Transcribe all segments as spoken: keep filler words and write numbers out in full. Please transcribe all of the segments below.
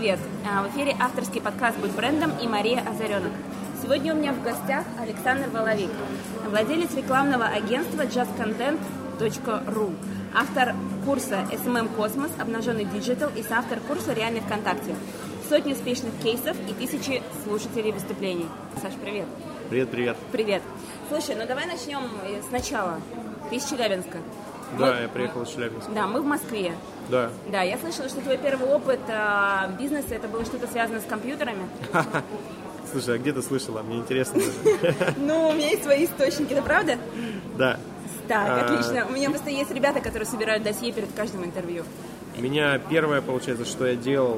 привет! В эфире авторский подкаст «Будь брендом» и Мария Озаренок. Сегодня у меня в гостях Александр Воловик, владелец рекламного агентства джаст контент точка ру, автор курса эс эм эм Космос, обнаженный диджитал и соавтор курса «Реальный ВКонтакте». Сотни успешных кейсов и тысячи слушателей выступлений. Саш, привет! Привет, привет! Привет! Слушай, ну давай начнем сначала. Ты из Челябинска. Да, мы, я приехал из Челябинска. Да, мы в Москве. Да. Да, я слышала, что твой первый опыт а, бизнеса, это было что-то связано с компьютерами. Слушай, а где ты слышала? Мне интересно даже. Ну, у меня есть свои источники, это правда? Да. Так, отлично. У меня просто есть ребята, которые собирают досье перед каждым интервью. У меня первое, получается, что я делал,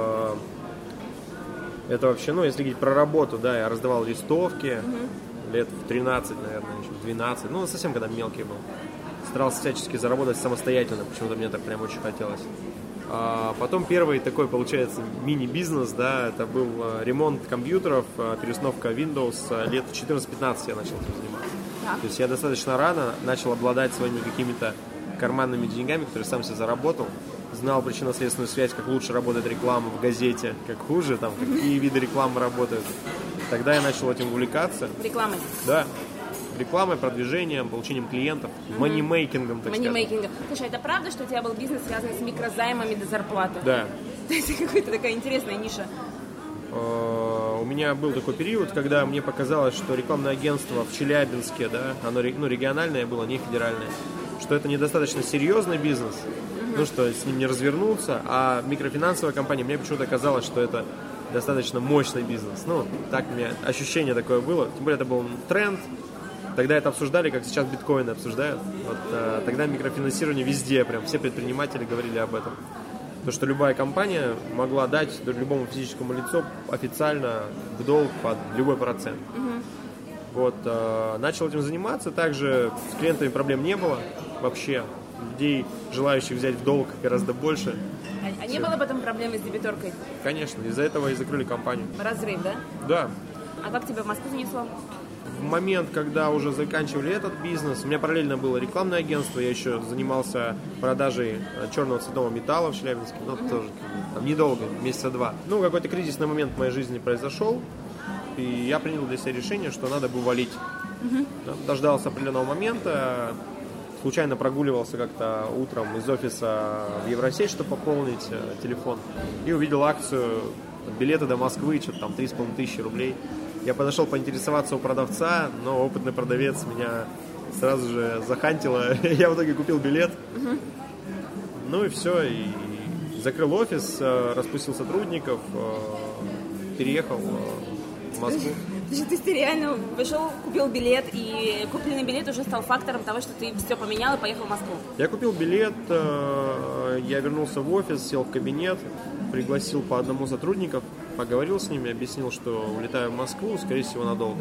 это вообще, ну, если говорить про работу, да, я раздавал листовки лет в тринадцать, наверное, еще в двенадцать, ну, совсем когда мелкий был. Старался всячески заработать самостоятельно, почему-то мне так прям очень хотелось. А потом первый такой, получается, мини-бизнес, да, это был ремонт компьютеров, переустановка Windows. Лет в четырнадцать-пятнадцать я начал этим заниматься. Так. То есть я достаточно рано начал обладать своими какими-то карманными деньгами, которые сам себе заработал. Знал причинно-следственную связь, как лучше работает реклама в газете, как хуже, там, какие виды рекламы работают. Тогда я начал этим увлекаться. Рекламой? Да. Рекламой, продвижением, получением клиентов, mm-hmm. манимейкингом, так манимейкингом. сказать. Слушай, это правда, что у тебя был бизнес, связанный с микрозаймами до зарплаты? Да. То есть какая-то такая интересная ниша. У меня был такой период, когда мне показалось, что рекламное агентство в Челябинске, да, оно ну, региональное было, не федеральное, что это недостаточно серьезный бизнес, mm-hmm. ну что с ним не развернуться, а микрофинансовая компания, мне почему-то казалось, что это достаточно мощный бизнес. Ну, так у меня ощущение такое было. Тем более это был тренд. Тогда это обсуждали, как сейчас биткоины обсуждают. Вот, а, тогда микрофинансирование везде, прям все предприниматели говорили об этом. То, что любая компания могла дать любому физическому лицу официально в долг под любой процент. Mm-hmm. Вот, а, начал этим заниматься. Также с клиентами проблем не было вообще. Людей, желающих взять в долг, гораздо больше. А, а не было потом проблемы с дебиторкой? Конечно, из-за этого и закрыли компанию. Разрыв, да? Да. А как тебя в Москву занесло? В момент, когда уже заканчивали этот бизнес, у меня параллельно было рекламное агентство, я еще занимался продажей черного цветного металла в Челябинске, но mm-hmm. тоже там, недолго, месяца два. Ну, какой-то кризисный момент в моей жизни произошел, и я принял для себя решение, что надо бы валить. Mm-hmm. Дождался определенного момента, случайно прогуливался как-то утром из офиса в Евросеть, чтобы пополнить телефон, и увидел акцию билеты до Москвы, что-то там три с половиной тысячи рублей. Я подошел поинтересоваться у продавца, но опытный продавец меня сразу же захантило. Я в итоге купил билет. Uh-huh. Ну и все. И закрыл офис, распустил сотрудников, переехал в Москву. То есть ты реально вышел, купил билет, и купленный билет уже стал фактором того, что ты все поменял и поехал в Москву? Я купил билет, я вернулся в офис, сел в кабинет, пригласил по одному сотрудников, поговорил с ними, объяснил, что улетаю в Москву, скорее всего, надолго.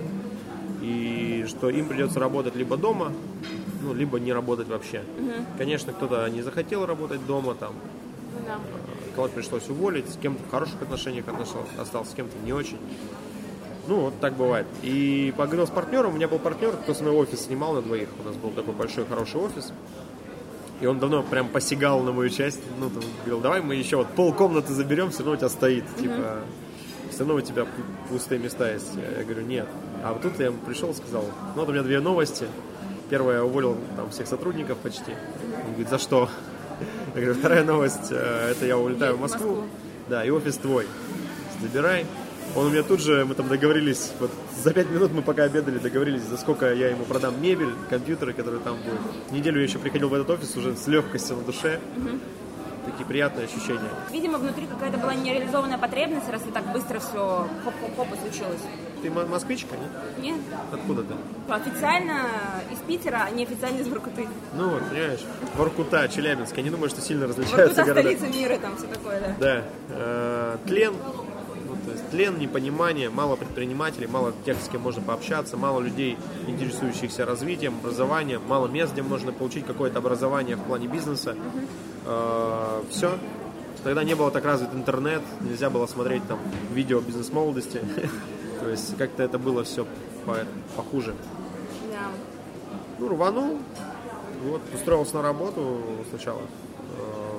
И что им придется работать либо дома, ну, либо не работать вообще. Угу. Конечно, кто-то не захотел работать дома, там, да. Кого-то пришлось уволить, с кем-то в хороших отношениях остался, с кем-то не очень. Ну, вот так бывает. И поговорил с партнером, у меня был партнер, кто с моего офиса снимал на двоих, у нас был такой большой, хороший офис. И он давно прям посягал на мою часть, ну, там, говорил, давай мы еще вот полкомнаты заберем, все равно у тебя стоит, uh-huh. типа, все равно у тебя пустые места есть. Я говорю, нет. А вот тут я пришел и сказал, ну, вот у меня две новости. Первая, я уволил там всех сотрудников почти. Он говорит, за что? Я говорю, вторая новость, это я улетаю в Москву. Москву. Да, и офис твой. Забирай. Он у меня тут же, мы там договорились, вот за пять минут мы пока обедали, договорились, за сколько я ему продам мебель, компьютеры, которые там будут. Неделю я еще приходил в этот офис уже с легкостью на душе. Угу. Такие приятные ощущения. Видимо, внутри какая-то была нереализованная потребность, раз и так быстро все хоп-хоп-хоп и случилось. Ты москвичка, нет? Нет. Откуда ты? Официально из Питера, а неофициально из Воркуты. Ну вот, понимаешь, Воркута, Челябинск, я не думаю, что сильно различаются Воркута, города. столица мира, там все такое, да. Да. Э, тлен. То есть тлен, непонимание, мало предпринимателей, мало тех, с кем можно пообщаться, мало людей, интересующихся развитием, образованием, мало мест, где можно получить какое-то образование в плане бизнеса. Uh-huh. Все. Тогда не было так развит интернет, нельзя было смотреть там видео бизнес-молодости. То есть как-то это было все похуже. Ну, рванул, вот, устроился на работу сначала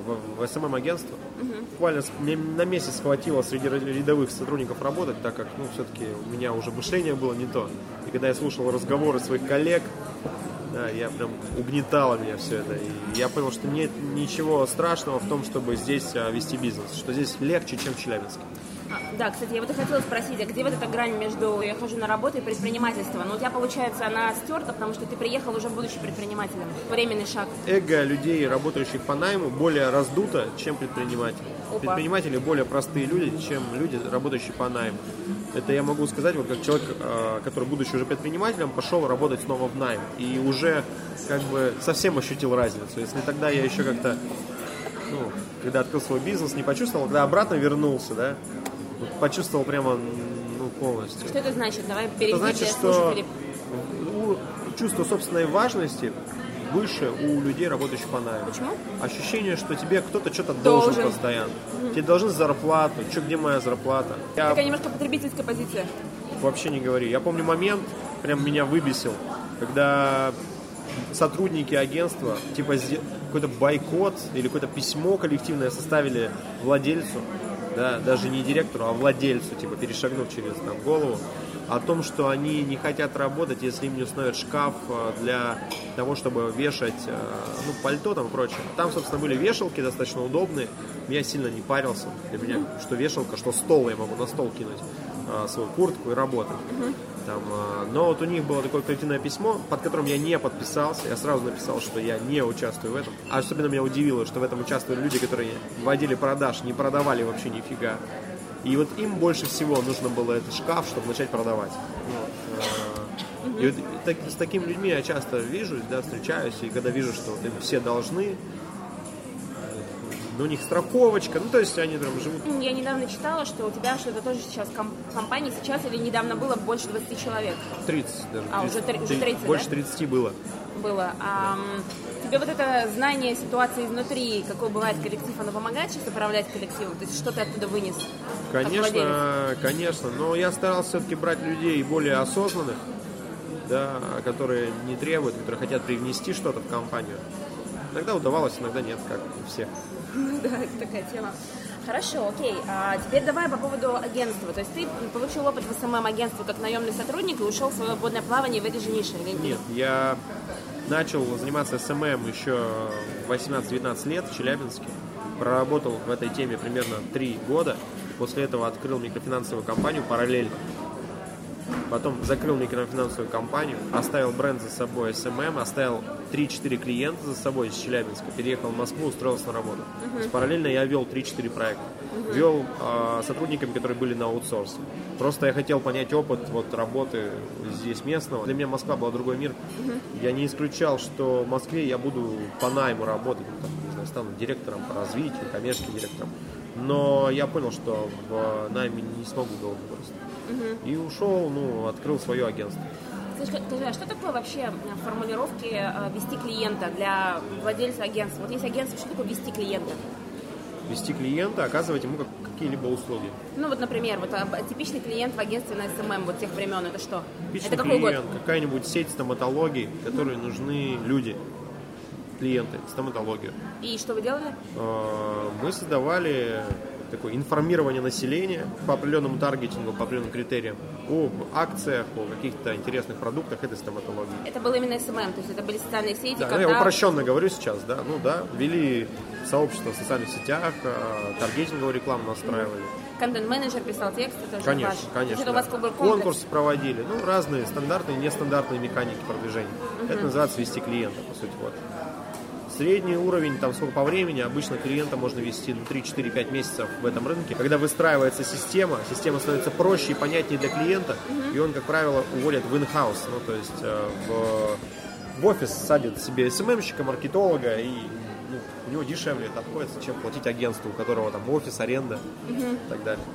в, в эс эм эм-агентство. Uh-huh. Буквально мне на месяц хватило среди рядовых сотрудников работать, так как, ну, все-таки у меня уже мышление было не то. И когда я слушал разговоры своих коллег, да, я прям угнетало меня все это. И я понял, что нет ничего страшного в том, чтобы здесь вести бизнес, что здесь легче, чем в Челябинске. А, да, кстати, я вот и хотела спросить, а где вот эта грань между я хожу на работу и предпринимательство? Ну, у тебя, получается, она стерта, потому что ты приехал уже будучи предпринимателем. Временный шаг. Эго людей, работающих по найму, более раздуто, чем предприниматели. Опа. Предприниматели более простые люди, чем люди, работающие по найму. Это я могу сказать, вот как человек, который, будучи уже предпринимателем, пошел работать снова в найм. И уже как бы совсем ощутил разницу. Если тогда я еще как-то, ну, когда открыл свой бизнес, не почувствовал, когда обратно вернулся, да, почувствовал прямо, ну, полностью. Что это значит? Давай перейдем. Это значит, что чувство собственной важности выше у людей, работающих по найму. Почему? Ощущение, что тебе кто-то что-то должен, должен постоянно. Mm-hmm. Тебе должны зарплату. Что, где моя зарплата? Я... Такая немножко потребительская позиция. Вообще не говори. Я помню момент, прям меня выбесил, когда сотрудники агентства, типа какой-то бойкот или какое-то письмо коллективное составили владельцу, да, даже не директору, а владельцу, типа перешагнув через там голову, о том, что они не хотят работать, если им не установят шкаф для того, чтобы вешать, ну, пальто там и прочее. Там, собственно, были вешалки достаточно удобные. Я сильно не парился. Для меня что вешалка, что стол, я могу на стол кинуть свою куртку и работать. Там, но вот у них было такое коллективное письмо, под которым я не подписался. Я сразу написал, что я не участвую в этом. А особенно меня удивило, что в этом участвовали люди, которые в отделе продаж не продавали вообще нифига. И вот им больше всего нужно было этот шкаф, чтобы начать продавать. Вот. И вот так, с такими людьми я часто вижу, да, встречаюсь, и когда вижу, что вот им все должны, у них страховочка, ну, то есть они там живут. Я недавно читала, что у тебя что-то тоже сейчас в компании сейчас или недавно было больше двадцати человек. тридцать даже. А, уже тридцать, больше да? тридцати было. Было. А тебе вот это знание ситуации изнутри, какой бывает коллектив, оно помогает сейчас управлять коллективом? То есть что ты оттуда вынес? Конечно, конечно. Но я старался все-таки брать людей более осознанных, да, которые не требуют, которые хотят привнести что-то в компанию. Иногда удавалось, иногда нет, как у всех. Ну да, это такая тема. Хорошо, окей. А теперь давай по поводу агентства. То есть ты получил опыт в эс эм эм-агентстве как наемный сотрудник и ушел в свободное плавание в этой же нише? Нет, я начал заниматься эс эм эм еще в восемнадцать-девятнадцать лет в Челябинске. Проработал в этой теме примерно три года. После этого открыл микрофинансовую компанию параллельно. Потом закрыл микрофинансовую компанию, оставил бренд за собой эс эм эм, оставил три-четыре клиента за собой из Челябинска, переехал в Москву, устроился на работу. Uh-huh. То есть параллельно я вел три-четыре проекта. Uh-huh. Вел э, сотрудниками, которые были на аутсорсе. Просто я хотел понять опыт вот, работы здесь местного. Для меня Москва была другой мир. Uh-huh. Я не исключал, что в Москве я буду по найму работать, ну, там, не знаю, стану директором по развитию, коммерческим директором. Но я понял, что в найме не смогу долго просто. Uh-huh. И ушел, ну, открыл свое агентство. Скажи, а что такое вообще формулировки вести клиента для владельца агентства? Вот есть агентство, что такое вести клиента? Вести клиента, оказывать ему как, какие-либо услуги. Ну вот, например, вот типичный клиент в агентстве на эс эм эм вот тех времен, это что? Типичный это какой клиент, год? Какая-нибудь сеть стоматологии, которой mm-hmm. нужны люди, клиенты, стоматологию. И что вы делали? Мы создавали такое информирование населения по определенному таргетингу, по определенным критериям, об акциях, о каких-то интересных продуктах этой стоматологии. Это было именно эс эм эм, то есть это были социальные сети? Да, когда... я упрощенно говорю сейчас, да, ну да, вели сообщество в социальных сетях, таргетинговую рекламу настраивали. Контент-менеджер писал тексты тоже? Конечно, ваш. конечно. Это у вас да. Конкурсы проводили, ну, разные стандартные и нестандартные механики продвижения. Uh-huh. Это называется вести клиента, по сути, вот. Средний уровень, там сколько по времени, обычно клиента можно вести ну, три-четыре-пять месяцев в этом рынке. Когда выстраивается система, система становится проще и понятнее для клиента, uh-huh. и он, как правило, уводит в in-house, ну, то есть э, в, в офис садит себе эс эм эм-щика, маркетолога, и ну, у него дешевле это обходится, чем платить агентству, у которого там офис, аренда uh-huh. и так далее.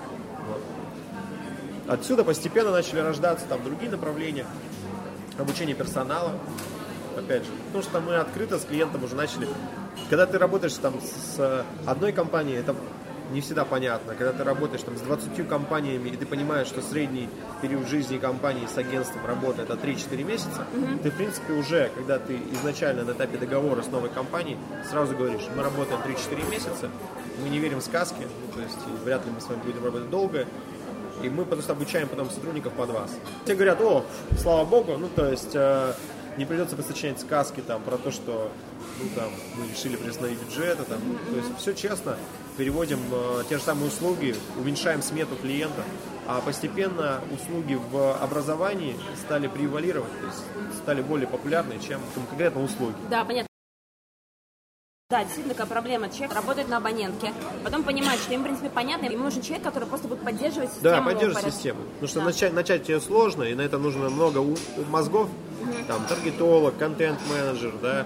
Вот. Отсюда постепенно начали рождаться там другие направления, обучение персонала. Опять же, потому что мы открыто с клиентом уже начали. Когда ты работаешь там с одной компанией, это не всегда понятно. Когда ты работаешь там с двадцатью компаниями, и ты понимаешь, что средний период жизни компании с агентством работает от три-четыре месяца, mm-hmm. ты, в принципе, уже, когда ты изначально на этапе договора с новой компанией, сразу говоришь, мы работаем три-четыре месяца, мы не верим в сказки, ну, то есть вряд ли мы с вами будем работать долго, и мы просто обучаем потом сотрудников под вас. Те говорят, о, слава богу, ну, то есть э, не придется сочинять сказки там про то, что ну, там, мы решили приостановить бюджеты, там, ну, то есть все честно, переводим э, те же самые услуги, уменьшаем смету клиента, а постепенно услуги в образовании стали превалировать, то есть стали более популярны, чем конкретно услуги. Да, понятно. Да, действительно, такая проблема. Человек работает на абонентке, потом понимает, что им, в принципе, понятно, ему нужен человек, который просто будет поддерживать систему. Да, поддерживать систему. Потому что да. начать, начать ее сложно, и на это нужно много у, у мозгов. Угу. Там таргетолог, контент-менеджер, да,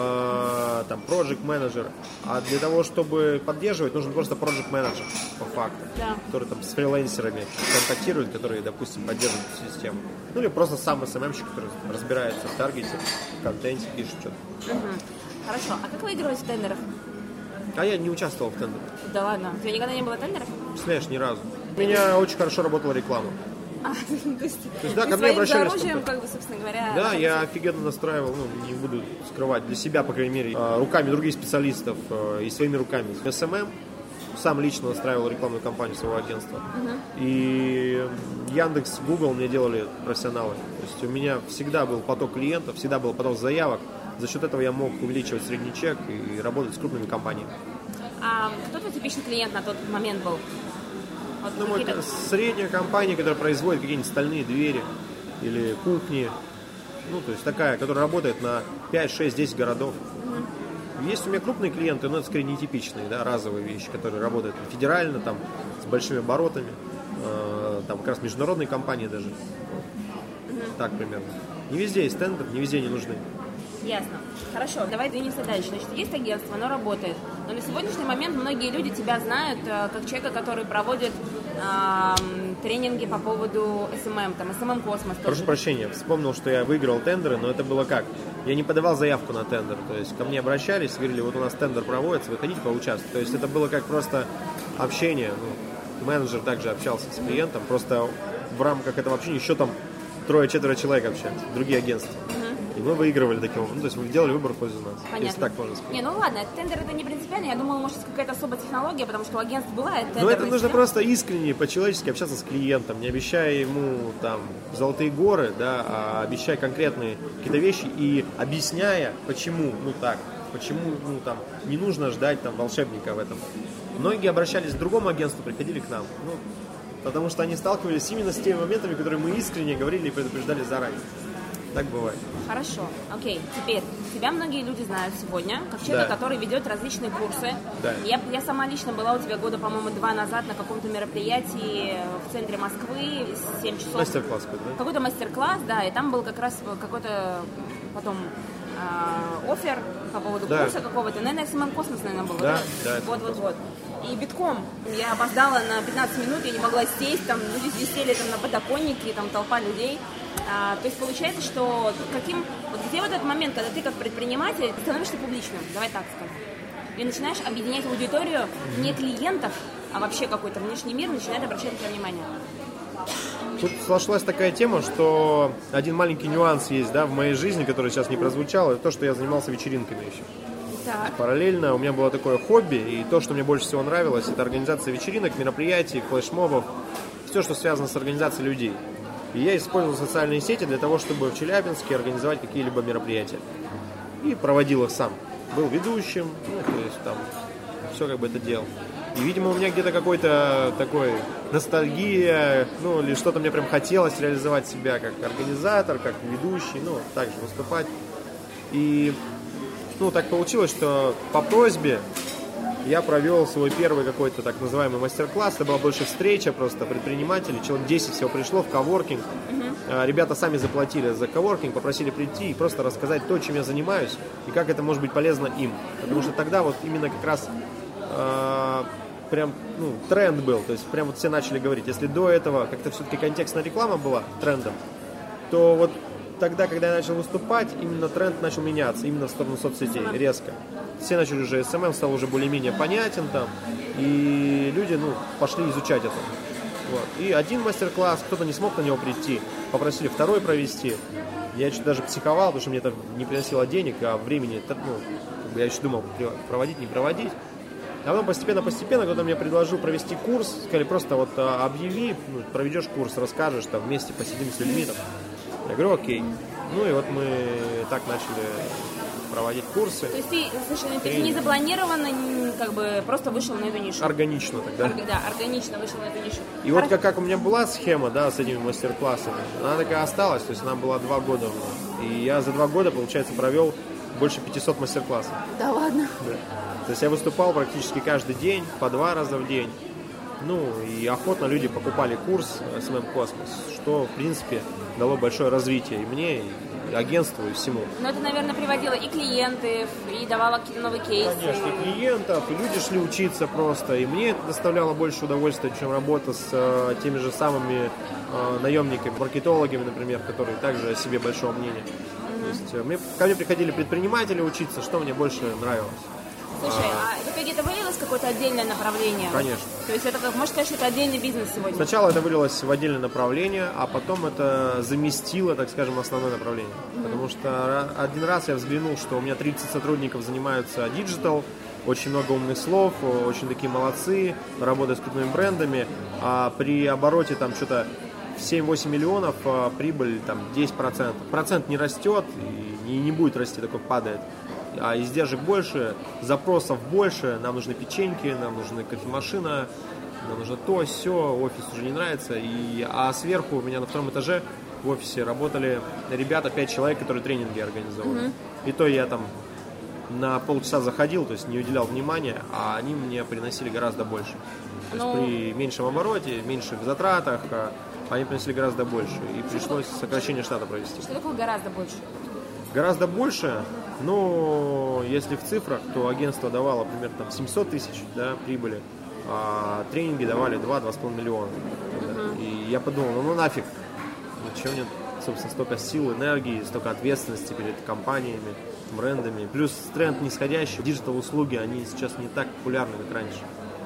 э, там, проект-менеджер. А для того, чтобы поддерживать, нужен просто проект-менеджер, по факту. Да. Который там с фрилансерами контактирует, которые, допустим, поддерживают эту систему. Ну или просто сам эс эм эм-щик, который разбирается в таргете, в контенте, пишет что-то. Угу. Хорошо, а как выигрывать в тендерах? А я не участвовал в тендерах. Да ладно? У тебя никогда не было тендеров? Знаешь, ни разу. У меня очень хорошо работала реклама. А, то есть, то есть да, ко мне обращались. Оружием, как бы, собственно говоря. Да, я офигенно настраивал, ну, не буду скрывать, для себя, по крайней мере, руками других специалистов и своими руками. эс эм эм сам лично настраивал рекламную кампанию своего агентства. Uh-huh. И Яндекс, Google мне делали профессионалы. То есть у меня всегда был поток клиентов, всегда был поток заявок. За счет этого я мог увеличивать средний чек и работать с крупными компаниями. А кто твой типичный клиент на тот момент был? Вот ну, вот средняя компания, которая производит какие-нибудь стальные двери или кухни. Ну, то есть такая, которая работает на пять, шесть, десять городов. Mm-hmm. Есть у меня крупные клиенты, но это скорее нетипичные, да, разовые вещи, которые работают федерально, там, с большими оборотами. Э, там как раз международные компании даже. Mm-hmm. Так примерно. Не везде есть тендер, не везде не нужны. Ясно. Хорошо, давай двинемся дальше. Значит, есть агентство, оно работает. Но на сегодняшний момент многие люди тебя знают э, как человека, который проводит э, тренинги по поводу эс эм эм, там, эс эм эм Космос. Прошу прощения, вспомнил, что я выиграл тендеры, но это было как? Я не подавал заявку на тендер. То есть ко мне обращались, говорили, вот у нас тендер проводится, вы хотите поучаствовать. То есть это было как просто общение. Ну, менеджер также общался с клиентом, просто в рамках этого общения еще там трое-четверо человек общались, другие агентства. И мы выигрывали таким образом. Ну, то есть мы делали выбор в пользу нас. Понятно. Если так можно сказать. Не, ну ладно, тендер это не принципиально. Я думала, может, какая-то особая технология, потому что у агентств бывает тендер. Ну, это нужно просто искренне, по-человечески общаться с клиентом, не обещая ему там золотые горы, да, а обещая конкретные какие-то вещи и объясняя, почему, ну так, почему, ну там, не нужно ждать там волшебника в этом. Многие обращались к другому агентству, приходили к нам. Ну, потому что они сталкивались именно с теми моментами, которые мы искренне говорили и предупреждали заранее. Так бывает. Хорошо, окей. Теперь, тебя многие люди знают сегодня, как человека, да. который ведет различные курсы. Да. Я, я сама лично была у тебя года, по-моему, два назад на каком-то мероприятии в центре Москвы, семь часов. Мастер-класс какой-то, да? Какой-то мастер-класс, да, и там был как раз какой-то потом э, оффер по поводу да. курса какого-то. Наверное, эс эм эм Космос, наверное, был, да? Да, да. Вот-вот-вот. И битком. Я опоздала на пятнадцать минут, я не могла сесть, там люди висели там на подоконнике, там толпа людей. А, то есть получается, что каким, вот где вот этот момент, когда ты как предприниматель становишься публичным, давай так скажем, и начинаешь объединять аудиторию не клиентов, а вообще какой-то внешний мир начинает обращать на тебя внимание. Тут сошлась такая тема, что один маленький нюанс есть, да, в моей жизни, который сейчас не прозвучал, это то, что я занимался вечеринками еще. Так. Параллельно у меня было такое хобби, и то, что мне больше всего нравилось, это организация вечеринок, мероприятий, флешмобов, все, что связано с организацией людей. И я использовал социальные сети для того, чтобы в Челябинске организовать какие-либо мероприятия. И проводил их сам. Был ведущим, ну, то есть там все как бы это делал. И, видимо, у меня где-то какой-то такой ностальгия, ну, или что-то мне прям хотелось реализовать себя как организатор, как ведущий, ну, также выступать. И, ну, так получилось, что по просьбе я провел свой первый какой-то так называемый мастер-класс. Это была больше встреча просто предпринимателей. Человек десять всего пришло в коворкинг. Uh-huh. Ребята сами заплатили за коворкинг, попросили прийти и просто рассказать то, чем я занимаюсь, и как это может быть полезно им. Потому что тогда вот именно как раз э, прям ну, тренд был. То есть прям вот все начали говорить. Если до этого как-то все-таки контекстная реклама была трендом, то вот тогда, когда я начал выступать, именно тренд начал меняться, именно в сторону соцсетей, резко. Все начали уже, эс эм эм стал уже более-менее понятен там, и люди, ну, пошли изучать это. Вот. И один мастер-класс, кто-то не смог на него прийти, попросили второй провести. Я чуть даже психовал, потому что мне это не приносило денег, а времени, ну, как бы я еще думал, проводить, не проводить. А потом постепенно-постепенно кто-то мне предложил провести курс, сказали, просто вот объяви, ну, проведешь курс, расскажешь, там вместе посидим с людьми. Там. Я говорю, окей. Ну и вот мы так начали проводить курсы. То есть ты, слушай, ты не запланированно, как бы просто вышел на эту нишу? Органично тогда. Ор- да, органично вышел на эту нишу. И Ор... вот как, как у меня была схема, да, с этими мастер-классами, она такая осталась, то есть она была два года у меня. И я за два года, получается, провел больше пятисот мастер-классов. Да ладно? Да. То есть я выступал практически каждый день, по два раза в день. Ну, и охотно люди покупали курс эс эм эм Космос, что, в принципе, дало большое развитие и мне, и агентству, и всему. Но это, наверное, приводило и клиентов, и давало какие-то новые кейсы. Конечно, и клиентов, и люди шли учиться просто. И мне это доставляло больше удовольствия, чем работа с э, теми же самыми э, наемниками, маркетологами, например, которые также о себе большого мнения. Mm-hmm. То есть э, мне, ко мне приходили предприниматели учиться, что мне больше нравилось. Слушай, а, а в итоге это вылилось в какое-то отдельное направление? Конечно. То есть это, можно сказать, что это отдельный бизнес сегодня? Сначала это вылилось в отдельное направление, а потом это заместило, так скажем, основное направление. Mm-hmm. Потому что один раз я взглянул, что у меня тридцать сотрудников занимаются диджитал, очень много умных слов, очень такие молодцы, работают с крупными брендами, а при обороте там что-то семь-восемь миллионов, а прибыль там десять процентов. Процент не растет и не будет расти, такой падает. А издержек больше, запросов больше, нам нужны печеньки, нам нужна кофемашина, нам нужно то, сё, офис уже не нравится. И, а сверху у меня на втором этаже в офисе работали ребята, пять человек, которые тренинги организовали. Mm-hmm. И то я там на полчаса заходил, то есть не уделял внимания, а они мне приносили гораздо больше. То есть ну... при меньшем обороте, меньших затратах они принесли гораздо больше. И пришлось сокращение штата провести. Что такое гораздо больше? Гораздо больше, но если в цифрах, то агентство давало примерно там, семьсот тысяч, да, прибыли, а тренинги давали два-два с половиной миллиона. Uh-huh. И я подумал, ну, ну нафиг, ничего нет, собственно, столько сил, энергии, столько ответственности перед компаниями, брендами. Плюс тренд нисходящий, диджитал-услуги, они сейчас не так популярны, как раньше.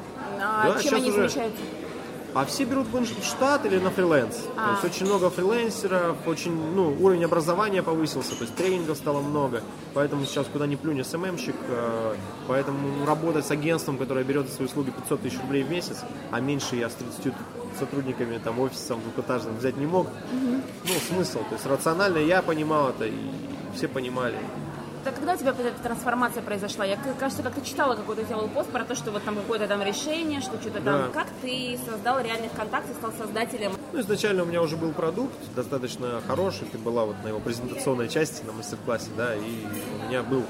А да, чем они уже... отличаются? А все берут в штат или на фриланс. А. То есть очень много фрилансеров, очень, ну, уровень образования повысился, то есть тренингов стало много. Поэтому сейчас куда ни плюнь эс эм эм-щик, поэтому работать с агентством, которое берет за свои услуги пятьсот тысяч рублей в месяц, а меньше я с тридцатью сотрудниками, там, офисом двухэтажным взять не мог. Угу. Ну, смысл. То есть рационально я понимал это, и все понимали. Так когда у тебя эта трансформация произошла? Я, кажется, как-то читала какой-то делал пост про то, что вот там какое-то там решение, что что-то там. Да. Как ты создал реальный ВКонтакте, стал создателем? Ну, изначально у меня уже был продукт достаточно хороший. Ты была вот на его презентационной части, на мастер-классе, да, и у меня был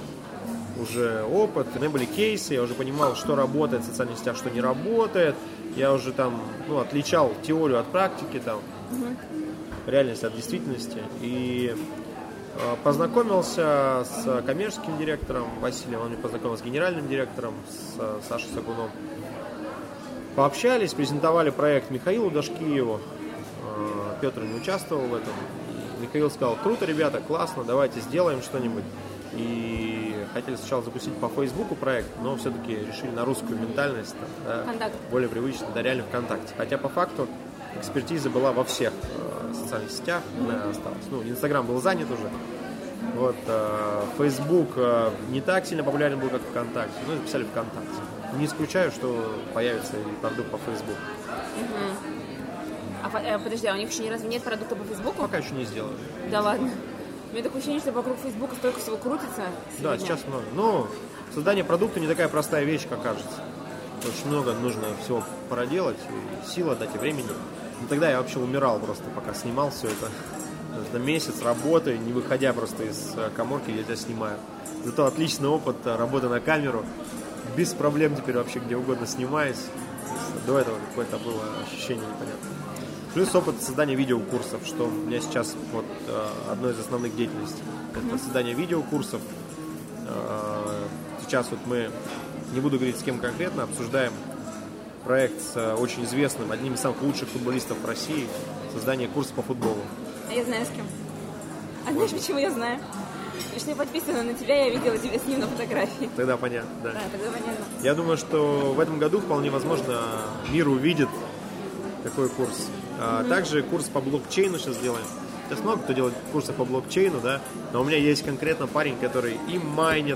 уже опыт, у меня были кейсы, я уже понимал, что работает в социальных сетях, что не работает. Я уже там, ну, отличал теорию от практики, там, угу. реальность от действительности. И познакомился с коммерческим директором Василием, он меня познакомил с генеральным директором, с Сашей Сагуном. Пообщались, презентовали проект Михаилу Дашкиеву. Петр не участвовал в этом. И Михаил сказал, круто, ребята, классно, давайте сделаем что-нибудь. И хотели сначала запустить по Фейсбуку проект, но все-таки решили на русскую ментальность, да, более привычно, да, реально ВКонтакте. Хотя по факту экспертиза была во всех э, социальных сетях, она осталась. Ну, Инстаграм был занят уже. Вот, э, Фейсбук э, не так сильно популярен был, как ВКонтакте. Ну, записали ВКонтакте. Не исключаю, что появится и продукт по Фейсбуку. Uh-huh. А э, подожди, а у них еще ни разу нет продукта по Фейсбуку? Пока еще не сделали. Да ладно. У меня такое ощущение, что вокруг Фейсбука столько всего крутится. Сегодня. Да, сейчас много. Но создание продукта не такая простая вещь, как кажется. Очень много нужно всего проделать, и сил отдать, и времени. Но тогда я вообще умирал просто, пока снимал все это. На месяц работы, не выходя просто из каморки, я тебя снимаю. Зато отличный опыт работы на камеру. Без проблем теперь вообще где угодно снимаюсь. До этого какое-то было ощущение непонятное. Плюс опыт создания видеокурсов, что у меня сейчас вот одно из основных деятельностей. Это создание видеокурсов. Сейчас вот мы, не буду говорить с кем конкретно, обсуждаем проект с очень известным, одним из самых лучших футболистов в России, создание курса по футболу. Я знаю с кем. А знаешь, почему я знаю? Потому что я подписана на тебя, я видела тебя с ним на фотографии. Тогда понятно, да. Да, тогда понятно. Я думаю, что в этом году вполне возможно мир увидит такой курс. А, mm-hmm. Также курс по блокчейну сейчас делаем. Сейчас много кто делает курсы по блокчейну, да, но у меня есть конкретно парень, который и майнит,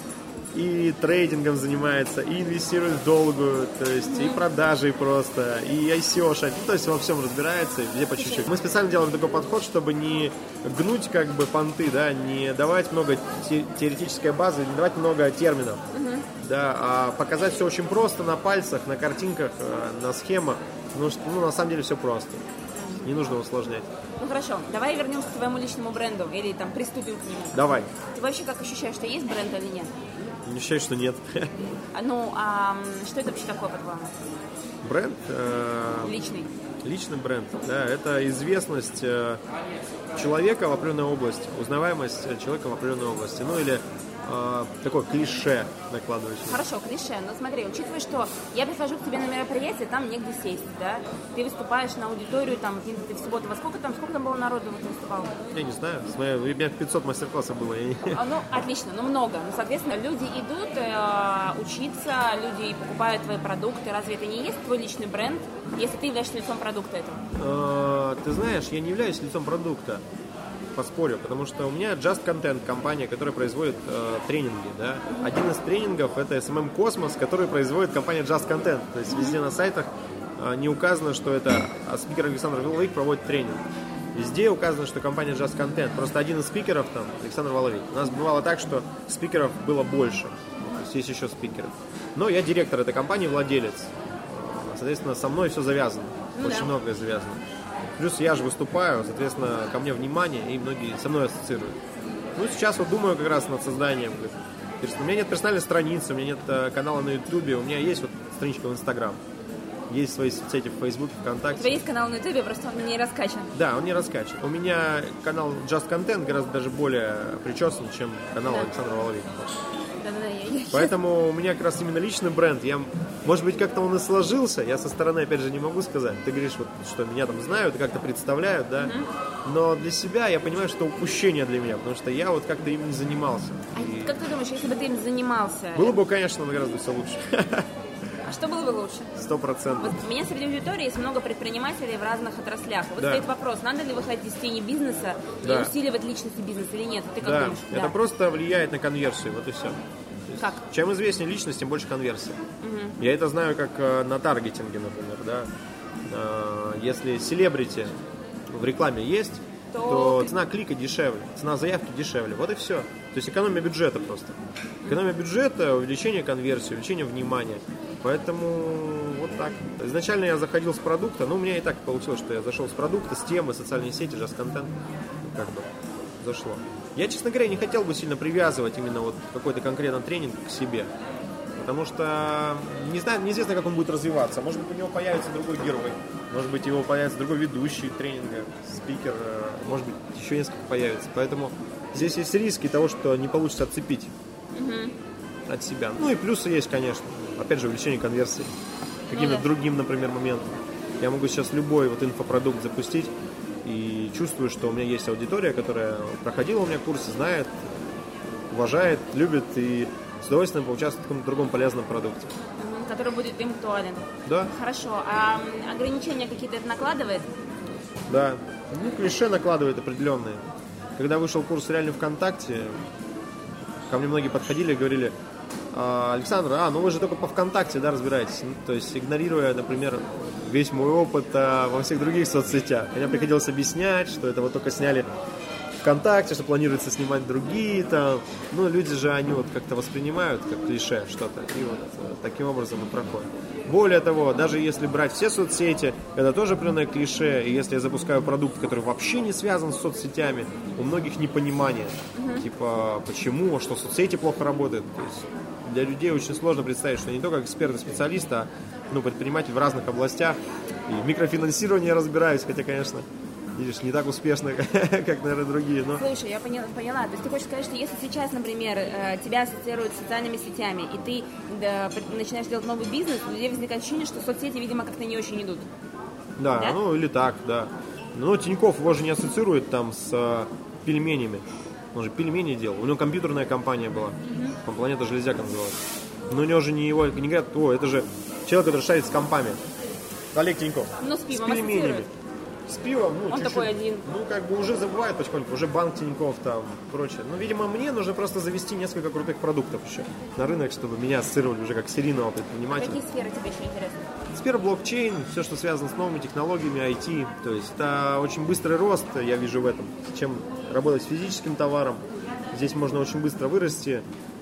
и трейдингом занимается, и инвестирует в долгую, то есть mm-hmm. и продажей просто, и ай си о-шать, ну, то есть во всем разбирается, где по чуть-чуть. Мы специально делаем такой подход, чтобы не гнуть как бы понты, да, не давать много те- теоретической базы, не давать много терминов, mm-hmm. да, а показать все очень просто на пальцах, на картинках, на схемах, ну, что, ну на самом деле все просто. Не нужно усложнять. Ну хорошо, давай вернемся к твоему личному бренду или там приступим к нему. Давай. Ты вообще как ощущаешь, что есть бренд или нет? Не ощущаю, что нет. А, ну, а что это вообще такое, по-твоему? Бренд? Э, Личный. Личный бренд, да, это известность э, человека в определенной области, узнаваемость человека в определенной области, ну или э, такое клише накладывающее. Хорошо, клише, но смотри, учитывая, что я прихожу к тебе на мероприятие, там негде сесть, да, ты выступаешь на аудиторию, там, ты в субботу, во сколько там, сколько там было народу, вот ты выступал? Я не знаю, у меня пятьсот мастер-классов было. Я не... а, ну, отлично, ну много, ну, соответственно, люди идут э, учиться, люди покупают твои продукты, разве это не есть твой личный бренд, если ты являешься лицом продукта этого? Э, ты знаешь, я не являюсь лицом продукта. Поспорю, потому что у меня Just Content, компания, которая производит э, тренинги, да. Один из тренингов это эс эм эм Космос, который производит компания Just Content. То есть везде на сайтах э, не указано, что это спикер Александр Воловик проводит тренинг. Везде указано, что компания Just Content. Просто один из спикеров там Александр Воловик. У нас бывало так, что спикеров было больше. То есть есть еще спикеры. Но я директор этой компании, владелец. Соответственно, со мной все завязано. Ну, очень да. многое завязано. Плюс я же выступаю, соответственно, ко мне внимание, и многие со мной ассоциируют. Ну, сейчас вот думаю как раз над созданием. У меня нет персональной страницы, у меня нет канала на Ютубе, у меня есть вот страничка в Инстаграм. Есть свои соцсети в Фейсбуке, ВКонтакте. У тебя есть канал на Ютубе, просто он не раскачан. Да, он не раскачан. У меня канал Just Content гораздо даже более причесан, чем канал да. Александра Воловика. Да-да-да, я, я... Поэтому у меня как раз именно личный бренд. Я, может быть, как-то он и сложился. Я со стороны, опять же, не могу сказать. Ты говоришь, вот, что меня там знают и как-то представляют, да. Mm-hmm. Но для себя я понимаю, что упущение для меня, потому что я вот как-то им не занимался. А и... как ты думаешь, если бы ты им занимался? Было бы, конечно, гораздо все лучше. А что было бы лучше? Сто процентов. Вот у меня среди аудитории есть много предпринимателей в разных отраслях. Вот да. стоит вопрос, надо ли выходить из тени бизнеса да. и усиливать личности бизнеса или нет? Ты как да. думаешь? Это да. просто влияет на конверсию, вот и все. Как? Чем известнее личность, тем больше конверсия. Угу. Я это знаю как э, на таргетинге, например, да. Э, если селебрити в рекламе есть, то... то цена клика дешевле, цена заявки дешевле. Вот и все. То есть экономия бюджета просто. Экономия бюджета, увеличение конверсии, увеличение внимания. Поэтому вот так. Изначально я заходил с продукта, но у меня и так получилось, что я зашел с продукта, с темы, социальные сети, just content, как бы зашло. Я, честно говоря, не хотел бы сильно привязывать именно вот какой-то конкретный тренинг к себе. Потому что не знаю, неизвестно, как он будет развиваться. Может быть, у него появится другой герой. Может быть, его появится другой ведущий тренинга, спикер. Может быть, еще несколько появится. Поэтому здесь есть риски того, что не получится отцепить mm-hmm. от себя. Ну и плюсы есть, конечно. Опять же, увеличение конверсии. Каким-то mm-hmm. другим, например, моментом. Я могу сейчас любой вот инфопродукт запустить и чувствую, что у меня есть аудитория, которая проходила у меня курсы, знает, уважает, любит и с удовольствием поучаствует в каком-то другом полезном продукте. Который будет им актуален. Да. Хорошо. А ограничения какие-то это накладывает? Да. Ну, клише накладывает определенные. Когда вышел курс «Реальный ВКонтакте», ко мне многие подходили и говорили: Александр, а, ну вы же только по ВКонтакте, да, разбираетесь. Ну, то есть игнорируя, например, весь мой опыт а, во всех других соцсетях. Мне приходилось объяснять, что это вот только сняли ВКонтакте, что планируется снимать другие там. Ну, люди же, они вот как-то воспринимают как клише что-то. И вот а, таким образом и проходит. Более того, даже если брать все соцсети, это тоже определенное клише. И если я запускаю продукт, который вообще не связан с соцсетями, у многих непонимание. Mm-hmm. Типа, почему, что соцсети плохо работают. То есть для людей очень сложно представить, что не только эксперт и специалист, а ну, предприниматель в разных областях. И в микрофинансировании я разбираюсь, хотя, конечно, видишь, не так успешно, как, наверное, другие. Но... Слушай, я поняла, поняла. То есть ты хочешь сказать, что если сейчас, например, тебя ассоциируют с социальными сетями, и ты да, начинаешь делать новый бизнес, у людей возникает ощущение, что соцсети, видимо, как-то не очень идут. Да, да? Ну или так, да. Ну, Тинькофф его же не ассоциирует там с пельменями. Он же пельмени делал. У него компьютерная компания была. Mm-hmm. Планета Железяка называлась. Но у него же не его, не говорят, о, это же человек, который шарит с компами. Олег Тиньков. Ну, с пивом с пельменями. С пивом, ну, он чуть-чуть, такой один. Ну, как бы уже забывает потихоньку, уже банк Тиньков там, прочее. Ну, видимо, мне нужно просто завести несколько крутых продуктов еще на рынок, чтобы меня ассоциировали уже как серийного предпринимателя. Какие сферы тебе еще интересны? Сфера блокчейн, все, что связано с новыми технологиями, ай ти. То есть это очень быстрый рост, я вижу в этом. Чем работать с физическим товаром, здесь можно очень быстро вырасти.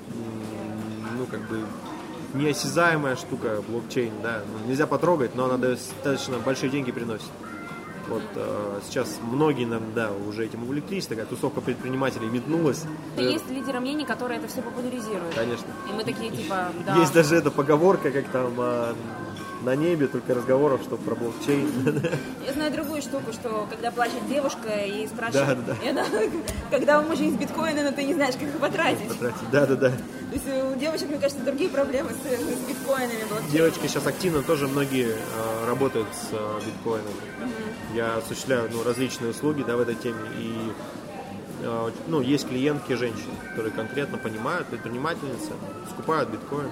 Ну, как бы неосязаемая штука блокчейн, да. Нельзя потрогать, но она достаточно большие деньги приносит. Вот э, сейчас многие, наверное, да, уже этим увлеклись, такая тусовка предпринимателей метнулась. Есть лидеры мнений, которые это все популяризируют. Конечно. И мы такие, типа, да. Есть даже эта поговорка, как там э, на небе, только разговоров, что про блокчейн. Я знаю другую штуку, что когда плачет девушка и спрашивает, да, да, да. когда у мужа есть биткоины, но ты не знаешь, как их потратить. потратить. Да, да, да. То есть у девочек, мне кажется, другие проблемы с, с биткоинами. Блокчейн. Девочки сейчас активно тоже многие э, работают с э, биткоином. Mm-hmm. Я осуществляю ну, различные услуги, да, в этой теме. И э, ну, есть клиентки женщины, которые конкретно понимают, предпринимательницы, скупают биткоин.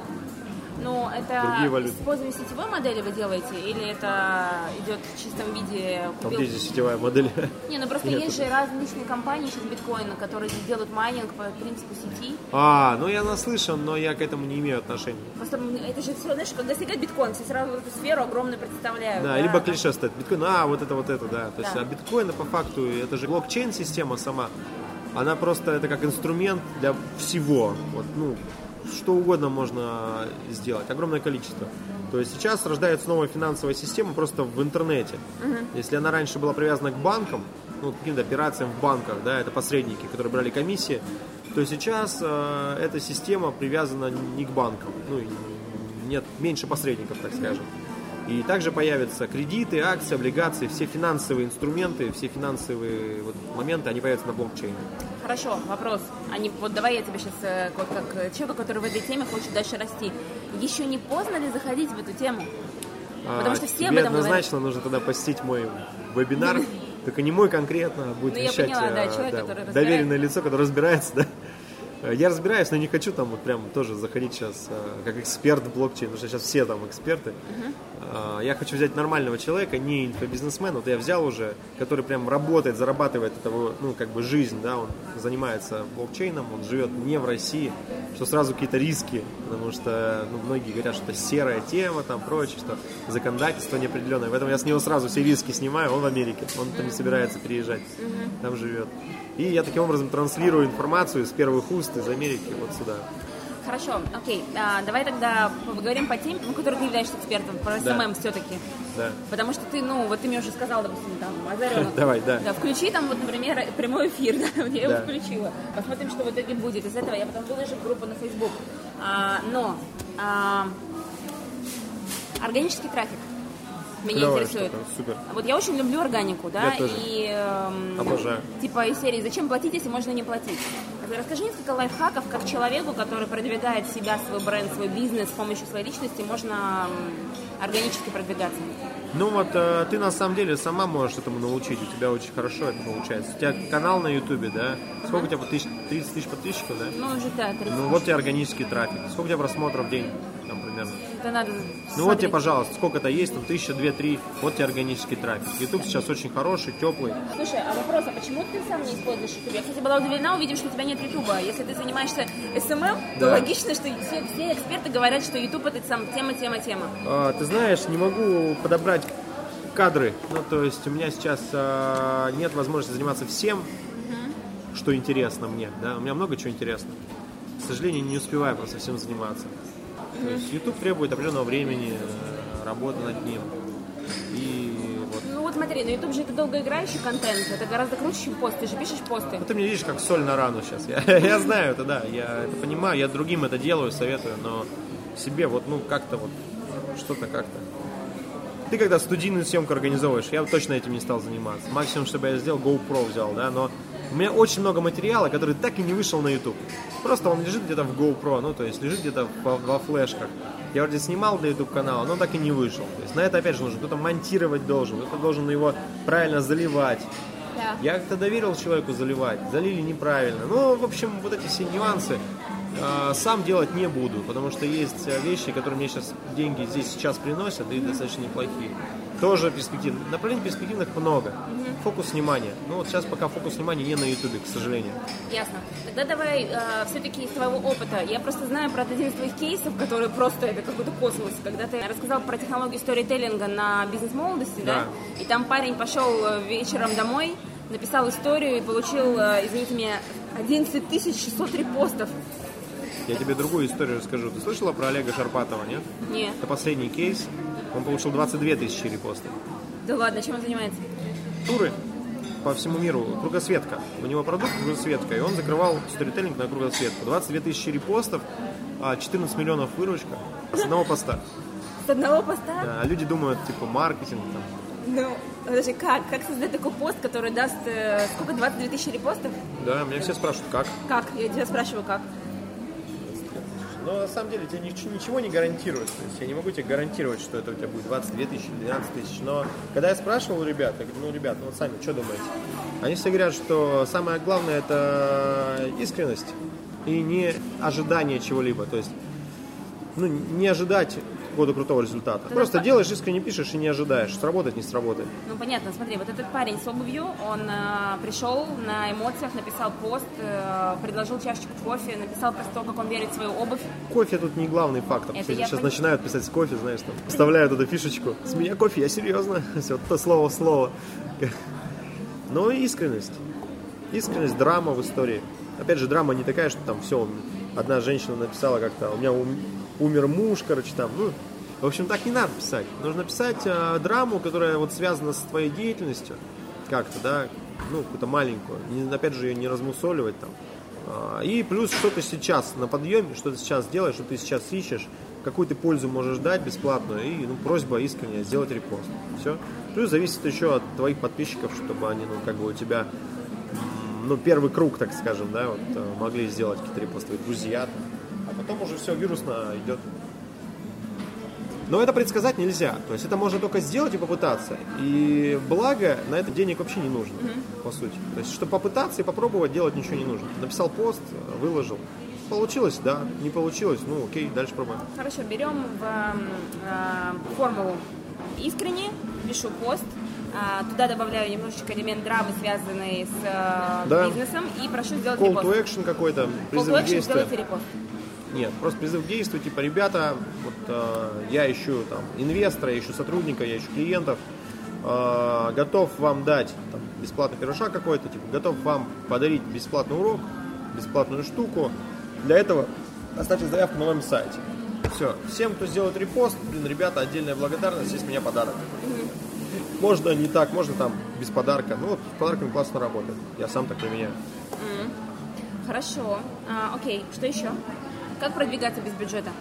Ну, это используя сетевой модели вы делаете, или это идет в чистом виде? Купил... Там где здесь сетевая модель? Не, ну просто Нет, есть же различные компании сейчас биткоина, которые делают майнинг по принципу сети. А, ну я наслышан, но я к этому не имею отношения. Просто это же все, знаешь, когда достигает биткоин, все сразу эту сферу огромную представляют. Да, да, либо клише стоит. Биткоин, а, вот это, вот это, да. То да. есть, а биткоин, по факту, это же блокчейн-система сама. Она просто, это как инструмент для всего. Вот, ну, что угодно можно сделать, огромное количество. То есть сейчас рождается новая финансовая система просто в интернете. Uh-huh. Если она раньше была привязана к банкам, ну, к каким-то операциям в банках, да, это посредники, которые брали комиссии, то сейчас э, эта система привязана не к банкам, ну, нет, меньше посредников, так скажем. И также появятся кредиты, акции, облигации, все финансовые инструменты, все финансовые вот, моменты, они появятся на блокчейне. Хорошо, вопрос. Они, вот давай я тебе сейчас, вот как человеку, который в этой теме хочет дальше расти. Еще не поздно ли заходить в эту тему? Потому а, что все тебе об этом однозначно говорят. Нужно тогда посетить мой вебинар, только не мой конкретно, а будет ну, вещать поняла, да, человек, да, доверенное лицо, которое разбирается, да. Я разбираюсь, но не хочу там вот прям тоже заходить сейчас э, как эксперт в блокчейн, потому что сейчас все там эксперты. Uh-huh. Э, я хочу взять нормального человека, не инфобизнесмена, вот я взял уже, который прям работает, зарабатывает это, ну, как бы жизнь, да, он занимается блокчейном, он живет не в России, что сразу какие-то риски, потому что, ну, многие говорят, что это серая тема, там, прочее, что законодательство неопределенное, поэтому я с него сразу все риски снимаю, он в Америке, он там не собирается переезжать, uh-huh. там живет. И я таким образом транслирую информацию с первых уст из Америки вот сюда. Хорошо, окей. А, давай тогда поговорим по теме, ну, которой ты являешься экспертом, про эс эм эм да. все-таки. Да. Потому что ты, ну, вот ты мне уже сказал, допустим, там, Озаренок. Давай, да. Да, включи там, вот, например, прямой эфир, да, вот я его включила. Посмотрим, что в итоге будет. Из этого я потом выложу в группу на Facebook. А, но а, органический трафик меня Клевая интересует. Штука, супер. Вот я очень люблю органику, да, я тоже. и эм, обожаю. Типа из серии «Зачем платить, если можно не платить?» Расскажи несколько лайфхаков, как человеку, который продвигает себя, свой бренд, свой бизнес с помощью своей личности, можно органически продвигаться. Ну вот э, ты на самом деле сама можешь этому научить, у тебя очень хорошо это получается. У тебя канал на Ютубе, да? Сколько uh-huh. у тебя? тридцать тысяч подписчиков, да? Ну уже да, тридцать. Ну вот у тебя органический трафик. Сколько у тебя просмотров в день, там примерно? Это надо Ну смотреть. вот тебе, пожалуйста, сколько-то есть, там тысяча, две, три, вот тебе органический трафик. Ютуб сейчас очень хороший, теплый. Слушай, а вопрос, а почему ты сам не используешь Ютуб? Я, кстати, была удивлена, увидев, что у тебя нет Ютуба. Если ты занимаешься эс эм эм, да. то логично, что все, все эксперты говорят, что Ютуб это сам тема, тема, тема. А, ты знаешь, не могу подобрать кадры, ну то есть у меня сейчас а, нет возможности заниматься всем, uh-huh. что интересно мне, да, у меня много чего интересного. К сожалению, не успеваю просто всем заниматься. Uh-huh. То есть YouTube требует определенного времени, работы над ним. И вот. Ну вот смотри, на YouTube же это долгоиграющий контент, это гораздо круче, чем пост, ты же пишешь посты. Ну, ты мне видишь как соль на рану сейчас, я, я знаю это, да, я это понимаю, я другим это делаю, советую, но себе вот, ну как-то вот, что-то как-то. Ты когда студийную съемку организовываешь, я точно этим не стал заниматься. Максимум, чтобы я сделал, GoPro взял, да, но у меня очень много материала, который так и не вышел на YouTube. Просто он лежит где-то в GoPro, ну, то есть лежит где-то во, во флешках. Я вроде снимал для YouTube канала, но так и не вышел. То есть на это опять же нужно кто-то монтировать должен, кто-то должен его правильно заливать. Да. Я как-то доверил человеку заливать, залили неправильно. Ну, в общем, вот эти все нюансы э, сам делать не буду, потому что есть вещи, которые мне сейчас деньги здесь сейчас приносят, и достаточно неплохие. Тоже перспективно. Направлений перспективных много. Угу. Фокус внимания. Ну вот сейчас пока фокус внимания не на Ютубе, к сожалению. Ясно. Тогда давай э, все-таки из твоего опыта. Я просто знаю про один из твоих кейсов, который просто это какой-то космос. Когда ты рассказал про технологию сторителлинга на бизнес-молодости, да. да? И там парень пошел вечером домой, написал историю и получил, э, извините меня, одиннадцать тысяч шестьсот репостов. Я тебе другую историю расскажу. Ты слышала про Олега Шарпатова, нет? Нет. Это последний кейс. Он получил двадцать две тысячи репостов. Да ладно, чем он занимается? Туры по всему миру. Кругосветка. У него продукт кругосветка, и он закрывал сторителлинг на кругосветку. двадцать две тысячи репостов, четырнадцать миллионов выручка с одного поста. С одного поста? Да, а люди думают, типа, маркетинг там. Ну, подожди, как? Как создать такой пост, который даст, э, сколько, двадцать две тысячи репостов? Да, меня все спрашивают, как? Как? Я тебя спрашиваю, как? Но на самом деле тебе ничего не гарантирует. То есть я не могу тебе гарантировать, что это у тебя будет двадцать две тысячи, двенадцать тысяч. Но когда я спрашивал у ребят, я говорю, ну, ребят, ну вот сами, что думаете? Они все говорят, что самое главное это искренность и не ожидание чего-либо. То есть, ну, не ожидать какого-то крутого результата. Ты Просто делаешь, искренне пишешь и не ожидаешь. Сработает, не сработает. Ну, понятно, смотри, вот этот парень с обувью, он э, пришел на эмоциях, написал пост, э, предложил чашечку кофе, написал про то, как он верит в свою обувь. Кофе тут не главный фактор. Это Все сейчас понимаю. Начинают писать с кофе, знаешь, там, вставляют эту фишечку. С меня кофе, я серьезно. Все, то слово в слово. Но искренность. Искренность, драма в истории. Опять же, драма не такая, что там все, одна женщина написала как-то, у меня умер муж, короче, там, ну, в общем, так не надо писать. Нужно писать э, драму, которая вот связана с твоей деятельностью, как-то, да, ну, какую-то маленькую, не, опять же, ее не размусоливать там. А, и плюс, что ты сейчас на подъеме, что ты сейчас делаешь, что ты сейчас ищешь, какую ты пользу можешь дать бесплатную, и, ну, просьба искренняя сделать репост. Все. Плюс зависит еще от твоих подписчиков, чтобы они, ну, как бы у тебя, ну, первый круг, так скажем, да, вот, могли сделать какие-то репосты, друзья, а потом уже все вирусно идет. Но это предсказать нельзя. То есть это можно только сделать и попытаться. И благо, на это денег вообще не нужно, mm-hmm. по сути. То есть, чтобы попытаться и попробовать, делать ничего не нужно. Написал пост, выложил. Получилось, да. Не получилось, ну окей, дальше пробуем. Хорошо, берем в э, формулу искренне, пишу пост, э, туда добавляю немножечко элемент драмы, связанный с э, да. бизнесом, и прошу сделать Call репост. Call to action какой-то, призыв Call to action, действия. сделайте репост. Нет, просто призыв к действию, типа, ребята, вот э, я ищу там инвестора, я ищу сотрудника, я ищу клиентов, э, готов вам дать там, бесплатный первый шаг какой-то, типа, готов вам подарить бесплатный урок, бесплатную штуку. Для этого оставьте заявку на моем сайте. Все. Всем, кто сделает репост, блин, ребята, отдельная благодарность, есть у меня подарок. Mm-hmm. Можно не так, можно там без подарка. Ну вот с подарками классно работает. Я сам так применяю. Mm-hmm. Хорошо. А, окей, что еще? Как продвигаться без бюджета?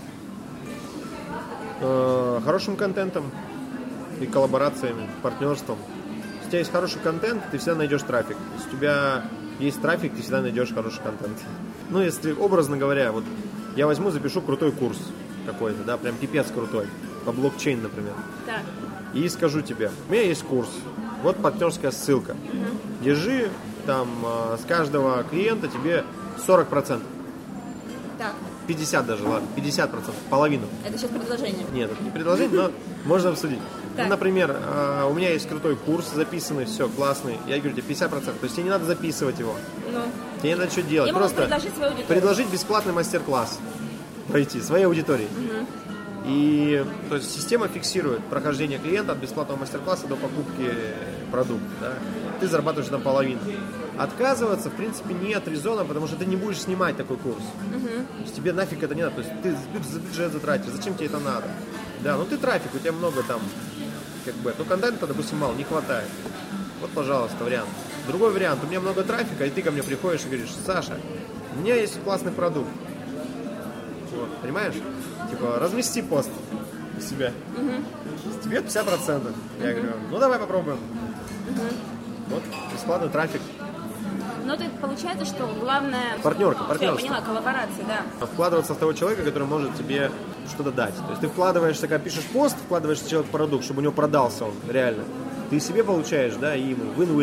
Э, хорошим контентом и коллаборациями, партнерством. Если у тебя есть хороший контент, ты всегда найдешь трафик. Если у тебя есть трафик, ты всегда найдешь хороший контент. Ну, если образно говоря, вот я возьму, запишу крутой курс какой-то, да, прям пипец крутой, по блокчейн, например. Так. И скажу тебе, у меня есть курс, вот партнерская ссылка. Угу. Держи, там, с каждого клиента тебе сорок процентов. Так. пятьдесят даже, ладно, пятьдесят процентов, половину. Это сейчас предложение? Нет, это не предложение, но можно обсудить. Так. Ну, например, у меня есть крутой курс записанный, все, классный. Я говорю тебе пятьдесят процентов, то есть тебе не надо записывать его. Ну. Тебе не надо что делать. Я Просто могу предложить свою аудиторию. Предложить бесплатный мастер-класс пройти своей аудитории. Угу. И то есть система фиксирует прохождение клиента от бесплатного мастер-класса до покупки продукта. Да? Ты зарабатываешь на половину. Отказываться, в принципе, нет резона, потому что ты не будешь снимать такой курс. Угу. То есть тебе нафиг это не надо. То есть ты за бюджет затратишь, зачем тебе это надо? Да, ну ты трафик, у тебя много там, как бы, ну контента, допустим, мало, не хватает. Вот, пожалуйста, вариант. Другой вариант, у меня много трафика, и ты ко мне приходишь и говоришь: Саша, у меня есть классный продукт. Вот, понимаешь? Типа, размести пост у себя. Угу. Тебе пятьдесят процентов. Я угу. говорю, ну давай попробуем. Угу. Вот, бесплатный трафик. Ну, это получается, что главное... Партнерка, партнерство. Все, я поняла, коллаборация, да. Вкладываться в того человека, который может тебе что-то дать. То есть ты вкладываешься, когда пишешь пост, вкладываешь в человека продукт, чтобы у него продался он реально. Ты себе получаешь, да, и ему. Win-win.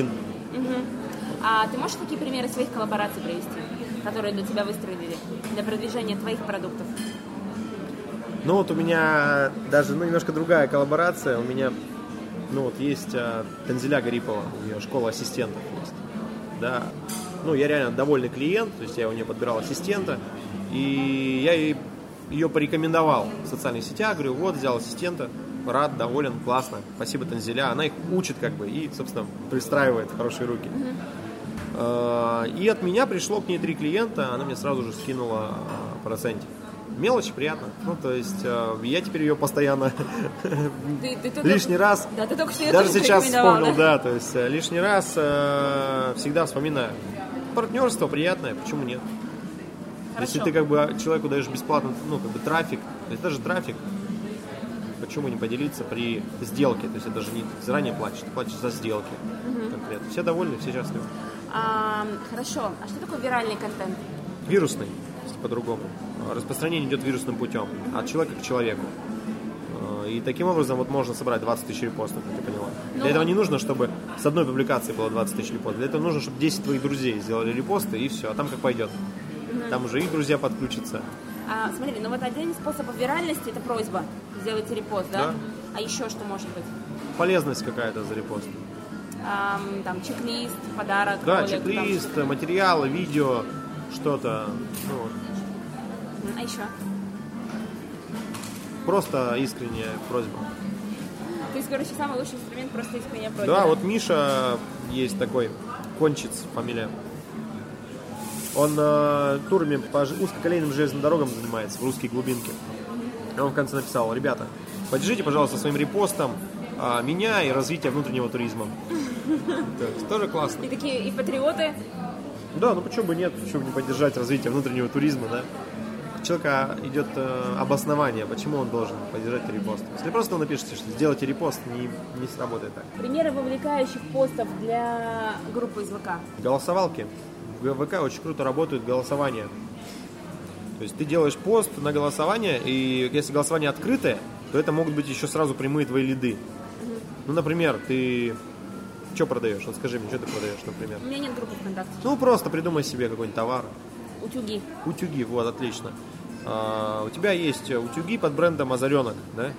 Угу. А ты можешь такие примеры своих коллабораций привести, которые для тебя выстрелили, для продвижения твоих продуктов? Ну вот у меня даже ну, немножко другая коллаборация. У меня ну вот есть а, Танзиля Гарипова, у нее школа ассистентов есть. Да. Ну, я реально довольный клиент, то есть я у нее подбирал ассистента, и я ей, ее порекомендовал в социальных сетях, говорю, вот, взял ассистента, рад, доволен, классно, спасибо, Танзиля. Она их учит как бы и, собственно, пристраивает в хорошие руки. Mm-hmm. И от меня пришло к ней три клиента, она мне сразу же скинула процентик. Мелочь, приятно. Ну, то есть, я теперь ее постоянно ты, ты только... лишний раз, да, ты только даже сейчас вспомнил, да? да, то есть, лишний раз э, всегда вспоминаю. Партнерство приятное, почему нет? Хорошо. Если ты как бы человеку даешь бесплатно, ну, как бы трафик, это же трафик, почему не поделиться при сделке? То есть, это же не заранее платишь, ты платишь за сделки угу. конкретно. Все довольны, все счастливы. А, хорошо. А что такое виральный контент? Вирусный, по-другому. Распространение идет вирусным путем, от человека к человеку. И таким образом вот можно собрать двадцать тысяч репостов, как ты поняла. Ну, для этого не нужно, чтобы с одной публикации было двадцать тысяч репостов. Для этого нужно, чтобы десять твоих друзей сделали репосты, и все. А там как пойдет. Угу. Там уже их друзья подключатся. А, смотри, ну вот один из способов виральности – это просьба. Сделайте репост, да? Да. А еще что может быть? Полезность какая-то за репост. А, там чек-лист, подарок, да, ролик. чек-лист, там, материалы, видео, что-то. Ну, а еще? Просто искренняя просьба. То есть, короче, самый лучший инструмент просто искренняя просьба. Да, да, вот Миша есть такой, Кончиц фамилия. Он э, турами по узкоколейным железным дорогам занимается в русской глубинке. И он в конце написал: ребята, поддержите, пожалуйста, своим репостом э, меня и развитие внутреннего туризма. То есть тоже классно. И такие, и патриоты. Да, ну почему бы нет, почему бы не поддержать развитие внутреннего туризма, да? У человека идет э, обоснование, почему он должен поддержать репост. Если просто напишите, что сделайте репост, не, не сработает так. Примеры вовлекающих постов для группы из ВК. Голосовалки. В ВК очень круто работают голосования. То есть ты делаешь пост на голосование, и если голосование открытое, то это могут быть еще сразу прямые твои лиды. Угу. Ну, например, ты что продаешь? Вот скажи мне, что ты продаешь, например? У меня нет группы ВКонтакте. Ну, просто придумай себе какой-нибудь товар. Утюги. Утюги, вот, отлично. А, у тебя есть утюги под брендом Озаренок, да?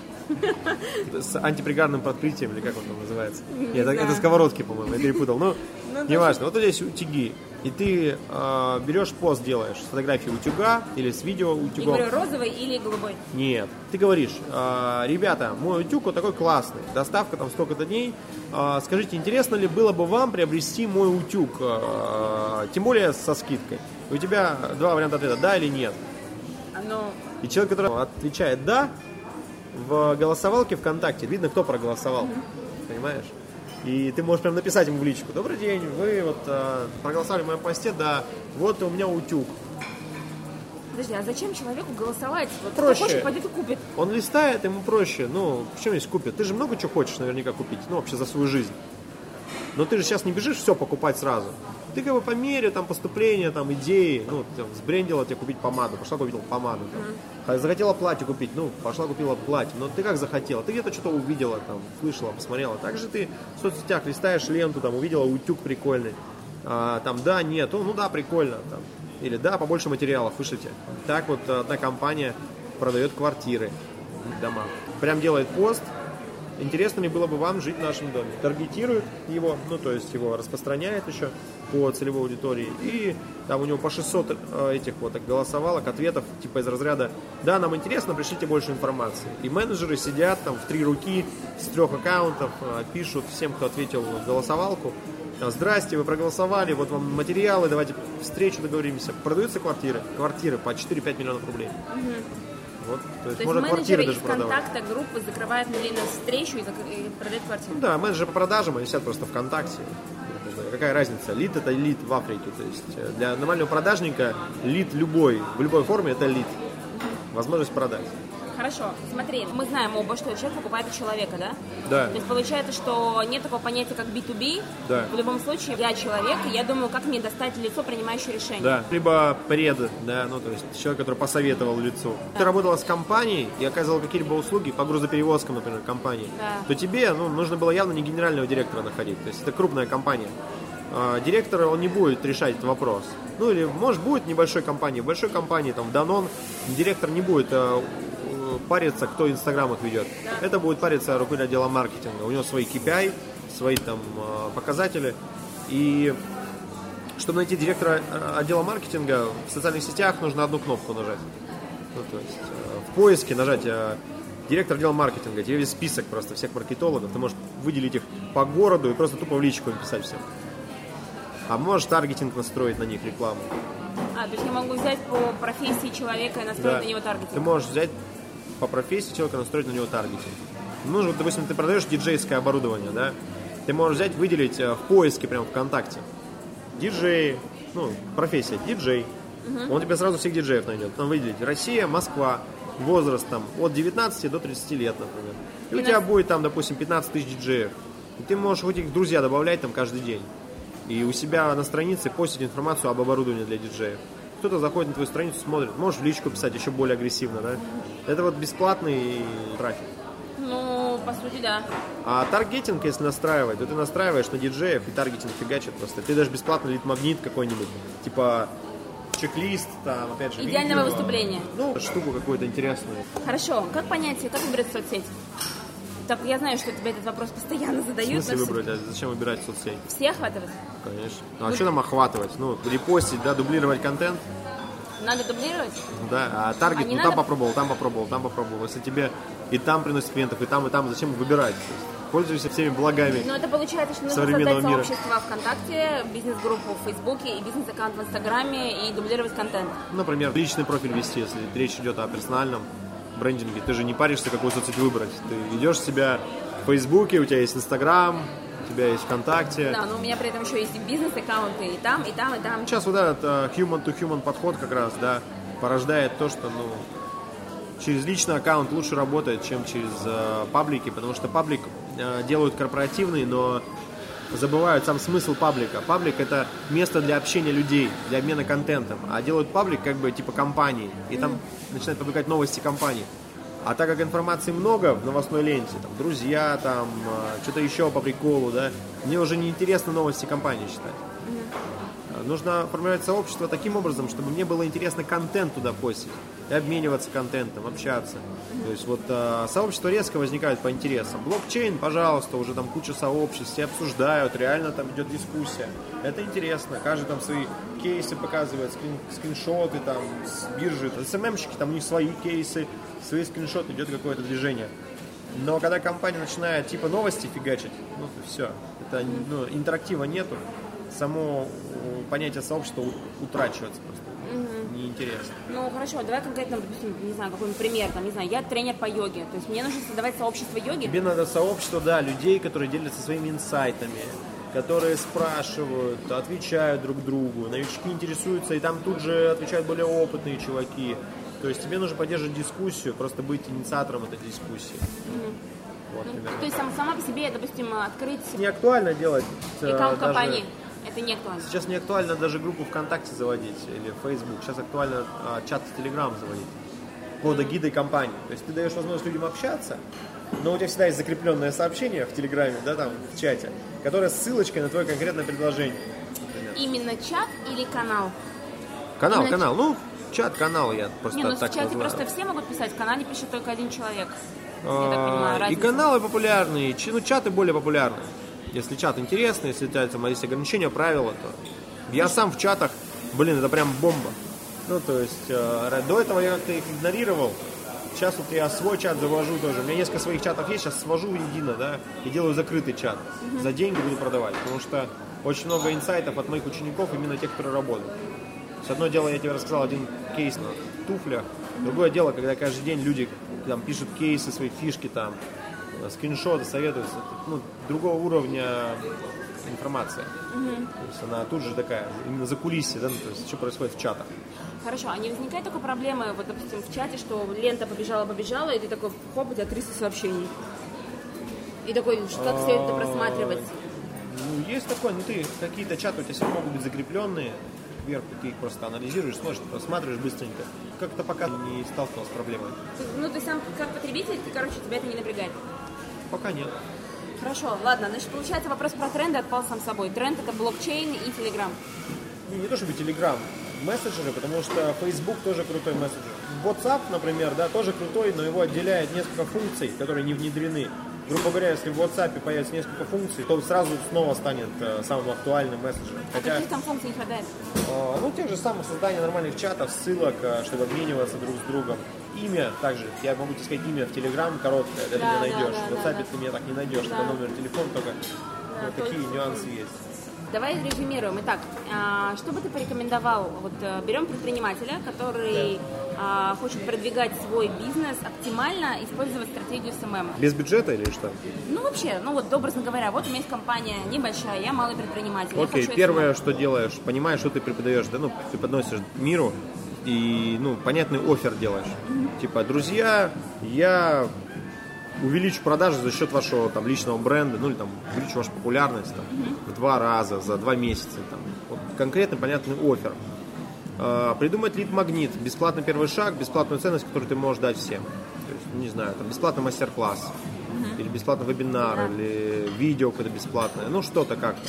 С антипригарным подкрытием, или как он там называется? Нет, это, это сковородки, по-моему, я перепутал. Ну, ну неважно. Вот у тебя есть утюги, и ты э, берешь пост, делаешь с фотографией утюга или с видео утюгом. Я говорю, розовый или голубой? Нет. Ты говоришь: э, ребята, мой утюг вот такой классный, доставка там столько-то дней. Э, скажите, интересно ли было бы вам приобрести мой утюг, э, тем более со скидкой? У тебя два варианта ответа: да или нет. Но... И человек, который отвечает «да», в голосовалке ВКонтакте видно, кто проголосовал. Mm-hmm. Понимаешь? И ты можешь прям написать ему в личку: добрый день, вы вот а, проголосовали в моем посте, да, вот у меня утюг. Подожди, а зачем человеку голосовать? Вот проще. Кто хочет, пойдет и купит. Он листает, ему проще. Ну, почему здесь купит? Ты же много чего хочешь наверняка купить, ну, вообще за свою жизнь. Но ты же сейчас не бежишь все покупать сразу. Ты как бы по мере там поступления, там, идеи, ну, там, сбрендила тебе купить помаду, пошла купила помаду, там. Mm-hmm. Захотела платье купить, ну, пошла купила платье. Но ты как захотела? Ты где-то что-то увидела, там, слышала, посмотрела. Также ты в соцсетях листаешь ленту, там, увидела утюг прикольный. А, там, да, нет, ну, ну да, прикольно, там. Или да, побольше материалов, вышлите. Так вот одна компания продает квартиры, дома. Прям делает пост. Интересно ли было бы вам жить в нашем доме? Таргетирует его, ну, то есть его распространяет еще по целевой аудитории. И там у него по шестьсот э, этих вот голосовалок, ответов, типа из разряда: да, нам интересно, пришлите больше информации. И менеджеры сидят там в три руки, с трех аккаунтов, э, пишут всем, кто ответил в голосовалку: здрасте, вы проголосовали, вот вам материалы, давайте встречу договоримся. Продаются квартиры, квартиры по четыре-пять миллионов рублей. Угу. Вот, то есть, то можно есть менеджеры из продавать. контакта группы закрывают время встречу и, и продают квартиру? Ну, да, менеджеры по продажам, они сидят просто ВКонтакте. Какая разница? Лид — это лид в Африке. То есть для нормального продажника лид любой, в любой форме — это лид. Возможность продать. Хорошо, смотри, мы знаем оба, что человек покупает у человека, да? Да. То есть получается, что нет такого понятия, как би ту би. Да. В любом случае, я человек, и я думаю, как мне достать лицо, принимающее решение. Да, либо пред, да, ну то есть человек, который посоветовал лицу. Да. Ты работала с компанией и оказывала какие-либо услуги по грузоперевозкам, например, компании, да. то тебе ну, нужно было явно не генерального директора находить. То есть это крупная компания. Директор, он не будет решать этот вопрос. Ну или, может, будет в небольшой компании. В большой компании, там, в Danone, директор не будет э, париться, кто Инстаграм их ведет. Да. Это будет париться руководитель отдела маркетинга. У него свои кей пи ай, свои там э, показатели. И чтобы найти директора отдела маркетинга, в социальных сетях нужно одну кнопку нажать. Ну, то есть э, в поиске нажать э, директор отдела маркетинга. Тебе есть список просто всех маркетологов. Ты можешь выделить их по городу и просто тупо в личку им писать всем. А можешь таргетинг настроить на них, рекламу. А, то есть я могу взять по профессии человека и настроить да. на него таргетинг? Ты можешь взять по профессии человека и настроить на него таргетинг. Ну, вот, допустим, ты продаешь диджейское оборудование, да? Ты можешь взять, выделить в поиске прямо ВКонтакте. Диджей, ну, профессия, диджей. Угу. Он тебе сразу всех диджеев найдет. Там выделить Россия, Москва, возраст там от девятнадцати до тридцати лет, например. И, и у нас... тебя будет там, допустим, пятнадцать тысяч диджеев. И ты можешь хоть их в друзья добавлять там каждый день. И у себя на странице постить информацию об оборудовании для диджеев. Кто-то заходит на твою страницу, смотрит. Можешь в личку писать еще более агрессивно, да? Это вот бесплатный трафик. Ну, по сути, да. А таргетинг, если настраивать, то ты настраиваешь на диджеев, и таргетинг фигачит просто. Ты даже бесплатный лид-магнит какой-нибудь, типа чек-лист, там, опять же, идеального видео, выступления. Ну, штуку какую-то интересную. Хорошо. Как понять, как выбрать соцсеть? Так, я знаю, что тебе этот вопрос постоянно задают. В смысле выбрать? А зачем выбирать соцсеть? Все охватывать? Конечно. Ну, а Вы... что нам охватывать? Ну, репостить, да, дублировать контент? Надо дублировать? Да, а таргет, а ну, надо... там попробовал, там попробовал, там попробовал. Если тебе и там приносит клиентов, и там, и там, зачем выбирать? Пользуйся всеми благами. Но это получается, что нужно создать сообщество ВКонтакте, бизнес-группу в Фейсбуке и бизнес-аккаунт в Инстаграме и дублировать контент. Например, личный профиль вести, если речь идет о персональном брендинге. Ты же не паришься, какую соцсеть выбрать. Ты ведешь себя в Фейсбуке, у тебя есть Инстаграм, у тебя есть ВКонтакте. Да, но у меня при этом еще есть и бизнес-аккаунты, и там, и там, и там. Сейчас вот этот uh, human-to-human подход как раз, да, порождает то, что, ну, через личный аккаунт лучше работает, чем через uh, паблики, потому что паблик uh, делают корпоративный, но забывают сам смысл паблика. Паблик — это место для общения людей, для обмена контентом, а делают паблик как бы типа компании, и там mm-hmm. начинают публиковать новости компании. А так как информации много в новостной ленте, там, друзья, там, что-то еще по приколу, да, мне уже не интересно новости компании читать. Mm-hmm. Нужно формировать сообщество таким образом, чтобы мне было интересно контент туда постить, и обмениваться контентом, общаться. Mm-hmm. То есть вот а, сообщество резко возникает по интересам. Блокчейн, пожалуйста, уже там куча сообществ, все обсуждают, реально там идет дискуссия. Это интересно, каждый там свои кейсы показывает, скрин, скриншоты там с биржи, эс эм эм-щики, там у них свои кейсы, свои скриншоты, идет какое-то движение. Но когда компания начинает типа новости фигачить, ну все, это ну, интерактива нету, само понятие сообщества утрачивается просто. Mm-hmm. Неинтересно. Ну хорошо, давай конкретно, допустим, не знаю, какой-нибудь пример, там, не знаю, я тренер по йоге, то есть мне нужно создавать сообщество йоги. Тебе надо сообщество, да, людей, которые делятся своими инсайтами, которые спрашивают, отвечают друг другу, новички интересуются, и там тут же отвечают более опытные чуваки. То есть тебе нужно поддерживать дискуссию, просто быть инициатором этой дискуссии. Mm-hmm. Вот, ну, то есть сама, сама по себе, допустим, открыть... Не актуально делать... Аккаунт даже... компании. Это не актуально. Сейчас не актуально даже группу ВКонтакте заводить или Facebook. Сейчас актуально а, чат в Telegram заводить. Кода гида и компании. То есть ты даешь возможность людям общаться, но у тебя всегда есть закрепленное сообщение в Телеграме, да, там, в чате, которое с ссылочкой на твое конкретное предложение. Например. Именно чат или канал? Канал, Именно канал. Ч... Ну, чат, канал я просто не, ну, так в чате называю. просто все могут писать, в канале пишет только один человек. А, я так понимаю, разница. И каналы популярные, ну, чаты более популярны. Если чат интересный, если там есть ограничения, правила, то я сам в чатах, блин, это прям бомба. Ну, то есть, э, до этого я как-то их игнорировал. Сейчас вот я свой чат завожу тоже. У меня несколько своих чатов есть, сейчас свожу воедино, да, и делаю закрытый чат. Mm-hmm. За деньги буду продавать, потому что очень много инсайтов от моих учеников, именно тех, которые работают. То есть, одно дело, я тебе рассказал один кейс на туфлях, другое дело, когда каждый день люди там пишут кейсы, свои фишки там, скриншоты, советуются, ну, другого уровня информация. Mm-hmm. То есть она тут же такая, именно за кулисье, да, ну, то есть что происходит в чатах. Хорошо, а не возникает такой проблемы, вот, допустим, в чате, что лента побежала-побежала, и ты такой, хоп, у тебя триста сообщений. И такой, как все это просматривать? Ну, есть такое, ну ты, какие-то чаты у тебя все равно могут быть закрепленные, вверху ты их просто анализируешь, смотришь, просматриваешь быстренько. Как-то пока не сталкивался с проблемой. Ну, ты сам, как потребитель, ты, короче, тебя это не напрягает? Пока нет. Хорошо, ладно, значит, получается, вопрос про тренды отпал сам собой. Тренд — это блокчейн и Telegram. Не, не то чтобы Telegram, мессенджеры, потому что Facebook тоже крутой мессенджер. WhatsApp, например, да, тоже крутой, но его отделяет несколько функций, которые не внедрены. Грубо говоря, если в WhatsApp появится несколько функций, то сразу снова станет э, самым актуальным мессенджером. А Хотя, каких там функций не хватает? Э, ну, тех же самых создания нормальных чатов, ссылок, э, чтобы обмениваться друг с другом. Имя также. Я могу тебе сказать имя в Telegram короткое, это да, ты не найдешь. Да, в WhatsApp да, да. ты меня так не найдешь. Да. Это номер телефона только. Да, вот такие только... нюансы есть. Давай резюмируем. Итак, а, что бы ты порекомендовал? Вот берем предпринимателя, который да. а, хочет продвигать свой бизнес оптимально, использовать стратегию эс эм эм. Без бюджета или что? Ну вообще, ну вот образно говоря, вот у меня есть компания небольшая, я малый предприниматель. Окей, первое, что делаешь, понимаешь, что ты преподаешь, да, ну, ты подносишь миру и, ну, понятный оффер делаешь. Mm-hmm. Типа, друзья, я увеличу продажи за счет вашего там личного бренда, ну или там увеличу вашу популярность там, mm-hmm. в два раза, за два месяца. Там. Вот конкретный понятный оффер. А, придумать лид-магнит, бесплатный первый шаг, бесплатную ценность, которую ты можешь дать всем. То есть, не знаю, там бесплатный мастер-класс, mm-hmm. или бесплатный вебинар, mm-hmm. или видео какое-то бесплатное, ну что-то как-то.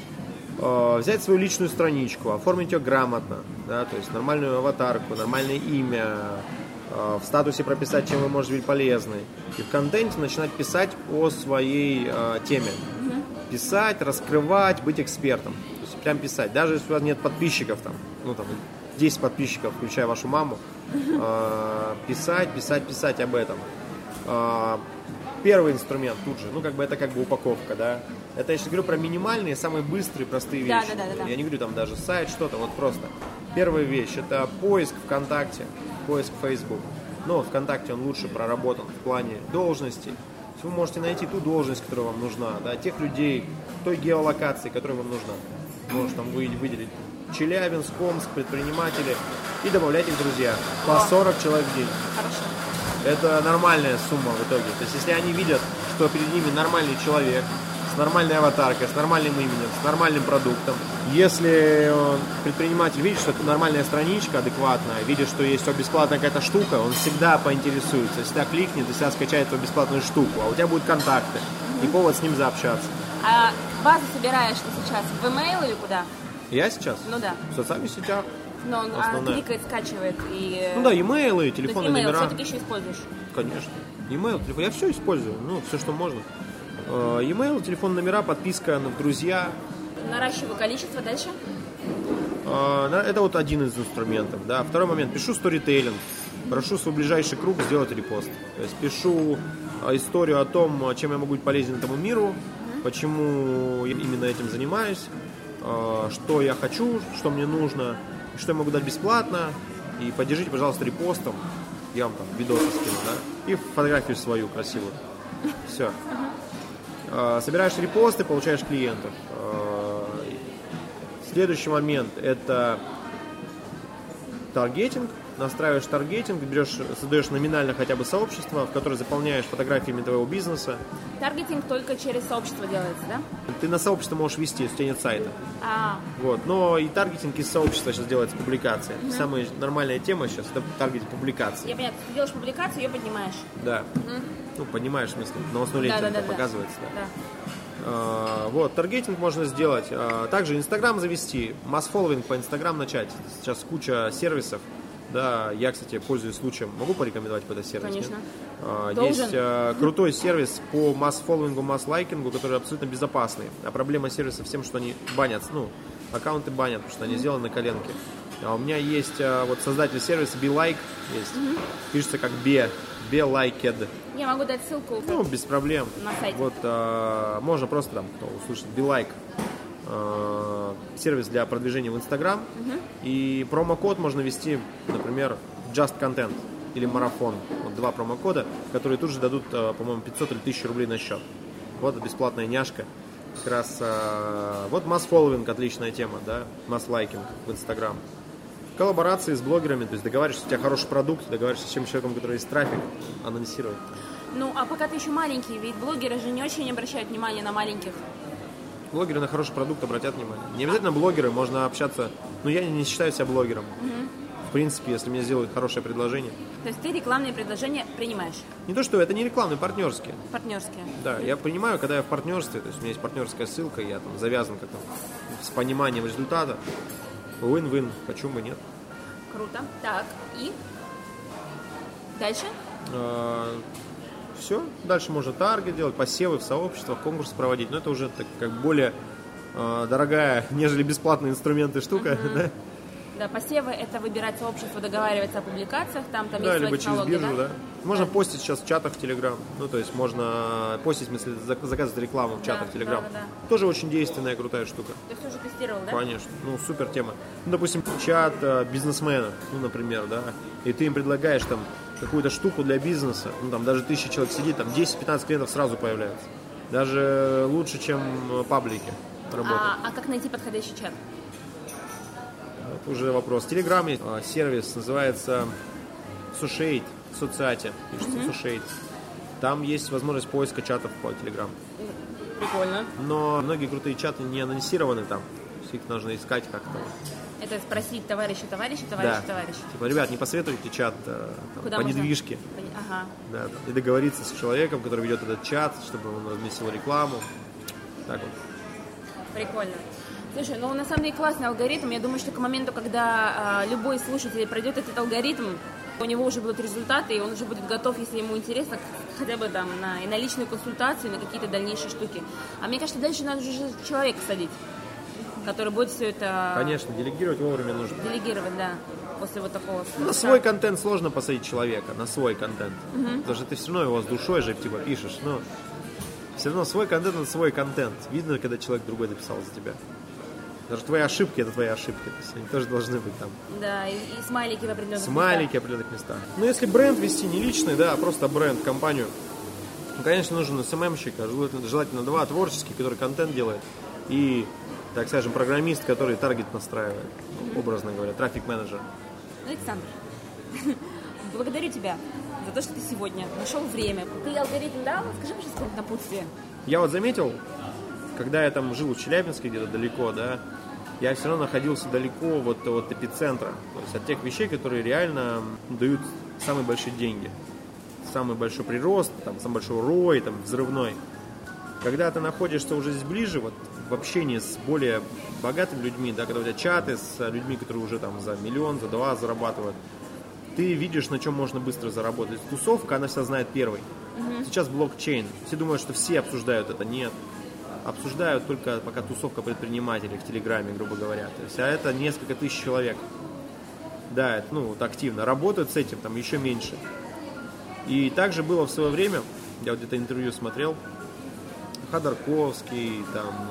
А, взять свою личную страничку, оформить ее грамотно, да, то есть нормальную аватарку, нормальное имя, в статусе прописать, чем вы можете быть полезны. И в контенте начинать писать о своей э, теме. Mm-hmm. Писать, раскрывать, быть экспертом. То есть прям писать. Даже если у вас нет подписчиков, там, ну там десять подписчиков, включая вашу маму, э, писать, писать, писать об этом. Э, первый инструмент тут же, ну как бы это как бы упаковка, да. Это я сейчас говорю про минимальные, самые быстрые, простые вещи. Да, да, да, да. Я не говорю там даже сайт, что-то, вот просто. Первая вещь, это поиск ВКонтакте, поиск Facebook. Но ВКонтакте он лучше проработан в плане должности. Вы можете найти ту должность, которая вам нужна, да, тех людей, той геолокации, которая вам нужна. Можете там выделить Челябинск, Омск, предприниматели и добавлять их в друзья. По сорок человек в день. Хорошо. Это нормальная сумма в итоге. То есть если они видят, что перед ними нормальный человек, с нормальной аватаркой, с нормальным именем, с нормальным продуктом. Если предприниматель видит, что это нормальная страничка, адекватная, видит, что есть бесплатная какая-то штука, он всегда поинтересуется. Если всегда кликнет, и всегда скачает эту бесплатную штуку, а у тебя будут контакты и повод с ним заобщаться. А базу собираешь ты сейчас в email или куда? Я сейчас? Ну да. В социальных сетях. Но он а, кликает, скачивает и... Ну да, имейлы, телефонные номера. номера. Все-таки еще используешь? Конечно. Имейл, телефон, я все использую, ну, все, что можно. E-mail, телефон, номера, подписка в друзья. Наращиваю количество, дальше? Это вот один из инструментов. Да. Второй момент. Пишу сторителлинг. Прошу свой ближайший круг сделать репост. То есть пишу историю о том, чем я могу быть полезен этому миру, mm-hmm. почему я именно этим занимаюсь, что я хочу, что мне нужно, что я могу дать бесплатно. И поддержите, пожалуйста, репостом. Я вам там видосы скину, да. И фотографию свою красивую. Все. Собираешь репосты, получаешь клиентов. Следующий момент – это таргетинг. Настраиваешь таргетинг, берешь, создаешь номинально хотя бы сообщество, в которое заполняешь фотографиями твоего бизнеса. Таргетинг только через сообщество делается, да? Ты на сообщество можешь вести, если у тебя нет сайта. А. Вот. Но и таргетинг из сообщества сейчас делается публикация. Mm-hmm. Самая нормальная тема сейчас – это таргетинг публикации. Я понимаю, ты делаешь публикацию, ее поднимаешь. Да. Mm-hmm. Ну, поднимаешь, в смысле, новостной ленте да, да, да, показывается. Да. Да. Uh, вот, таргетинг можно сделать. Uh, также Инстаграм завести, масс-фолловинг по Инстаграм начать. Сейчас куча сервисов. Да, я, кстати, пользуюсь случаем. Могу порекомендовать какой-то сервис? Конечно. Uh, есть uh, крутой сервис по масс-фолловингу, масс-лайкингу, который абсолютно безопасный. А проблема сервиса в том, что они банят, ну, аккаунты банят, потому что они сделаны на коленке. А у меня есть uh, вот создатель сервиса BeLike есть. Mm-hmm. Пишется как Be, BeLiked. Я могу дать ссылку. Ну, без проблем. На сайте. Вот, а, можно просто там услышать BeLike. А, сервис для продвижения в Instagram. Uh-huh. И промокод можно ввести, например, Just Content или Марафон. Вот два промокода, которые тут же дадут, а, по-моему, пятьсот или тысячу рублей на счет. Вот бесплатная няшка. Как раз, а, вот масс-фолловинг, отличная тема, да, масс-лайкинг в Instagram. Коллаборации с блогерами, то есть договариваешься, у тебя хороший продукт, договариваешься с тем человеком, который есть трафик, анонсировать. Ну, а пока ты еще маленький, ведь блогеры же не очень обращают внимание на маленьких. Блогеры на хороший продукт обратят внимание. Не обязательно блогеры, можно общаться. Но я не считаю себя блогером. Угу. В принципе, если мне сделают хорошее предложение. То есть ты рекламные предложения принимаешь? Не то, что это не рекламные, партнерские. Партнерские. Да, я понимаю, когда я в партнерстве, то есть у меня есть партнерская ссылка, я там завязан как-то с пониманием результата. Win-win, почему бы нет? Круто. Так, и? Дальше? А, все. Дальше можно таргет делать, посевы в сообществах, конкурсы проводить. Но это уже так, как более а, дорогая, нежели бесплатные инструменты штука. Uh-huh. Да? Да, посевы — это выбирать сообщество, договариваться о публикациях, там, там да, есть либо через биржу, да? да. Можно да. постить сейчас в чатах Telegram. Ну, то есть можно постить, в смысле, заказывать рекламу в чатах да, Telegram. Да, да, да. Тоже очень действенная, крутая штука. Ты все уже тестировал, да? Конечно. Ну, супер тема. Ну, допустим, чат э, бизнесменов, ну, например, да, и ты им предлагаешь там какую-то штуку для бизнеса, ну, там даже тысяча человек сидит, там десять-пятнадцать клиентов сразу появляются. Даже лучше, чем паблики работают. А, а как найти подходящий чат? Это уже вопрос. В Telegram есть а, сервис, называется Sociate, в соцсети, пишется mm-hmm. Sociate. Там есть возможность поиска чатов по Telegram. Прикольно. Но многие крутые чаты не анонсированы там. Их нужно искать как-то. Это спросить товарища, товарища, товарища, да. товарища. Типа, ребят, не посоветуете чат там, по можно? недвижке? Ага. Да, да. И договориться с человеком, который ведет этот чат, чтобы он разместил рекламу. Так вот. Прикольно. Слушай, ну на самом деле классный алгоритм. Я думаю, что к моменту, когда а, любой слушатель пройдет этот алгоритм, у него уже будут результаты, и он уже будет готов, если ему интересно, хотя бы там на, и на личную консультацию, и на какие-то дальнейшие штуки. А мне кажется, дальше надо уже человека садить, который будет все это... Конечно, делегировать вовремя нужно. Делегировать, да, после вот такого... На свой контент сложно посадить человека, на свой контент. Угу. Потому что ты все равно его с душой же типа пишешь, но все равно свой контент — это свой контент. Видно, когда человек другой написал за тебя. Даже твои ошибки — это твои ошибки. То есть они тоже должны быть там. Да, и, и смайлики в определенных Смайлики местах. в определенных местах. Но если бренд вести не личный, да, а просто бренд, компанию, ну, конечно, нужен эс эм эм-щик, желательно, желательно два, творческий, который контент делает, и, так скажем, программист, который таргет настраивает, mm-hmm. образно говоря, трафик-менеджер. Александр, благодарю тебя за то, что ты сегодня нашел время. Ты алгоритм дал? Скажи, пожалуйста, какое-то напутствие. Я вот заметил, когда я там жил в Челябинске, где-то далеко, да, я все равно находился далеко вот от эпицентра, то есть от тех вещей, которые реально дают самые большие деньги, самый большой прирост, там, самый большой рой, там, взрывной. Когда ты находишься уже здесь ближе, вот в общении с более богатыми людьми, да, когда у тебя чаты с людьми, которые уже там за миллион, за два зарабатывают, ты видишь, на чем можно быстро заработать. Тусовка, она вся знает первой. Угу. Сейчас блокчейн. Все думают, что все обсуждают это. Нет. Обсуждают только пока тусовка предпринимателей в Телеграме, грубо говоря. То есть, а это несколько тысяч человек. Да, это, ну, вот активно. Работают с этим, там еще меньше. И также было в свое время, я вот где-то интервью смотрел, Ходорковский, там,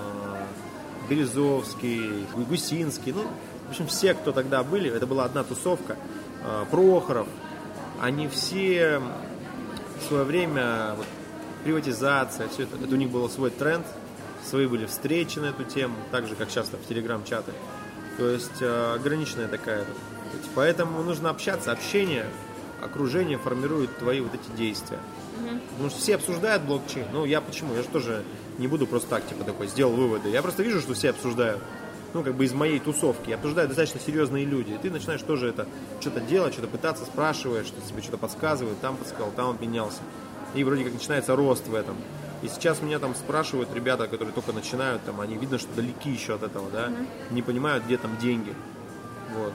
Березовский, Гусинский, ну, в общем, все, кто тогда были, это была одна тусовка, Прохоров, они все в свое время, вот, приватизация, все это, это у них был свой тренд, свои были встречи на эту тему, так же, как часто в телеграм-чаты. То есть ограниченная такая. Поэтому нужно общаться, общение, окружение формирует твои вот эти действия. Угу. Потому что все обсуждают блокчейн. Ну, я почему? Я же тоже не буду просто так, типа, такой, сделал выводы. Я просто вижу, что все обсуждают. Ну, как бы из моей тусовки. Обсуждают достаточно серьезные люди. И ты начинаешь тоже это что-то делать, что-то пытаться, спрашиваешь, что тебе что-то подсказывают, там подсказал, там обменялся. И вроде как начинается рост в этом. И сейчас меня там спрашивают ребята, которые только начинают, там, они видно, что далеки еще от этого, да, mm-hmm. не понимают, где там деньги. Вот.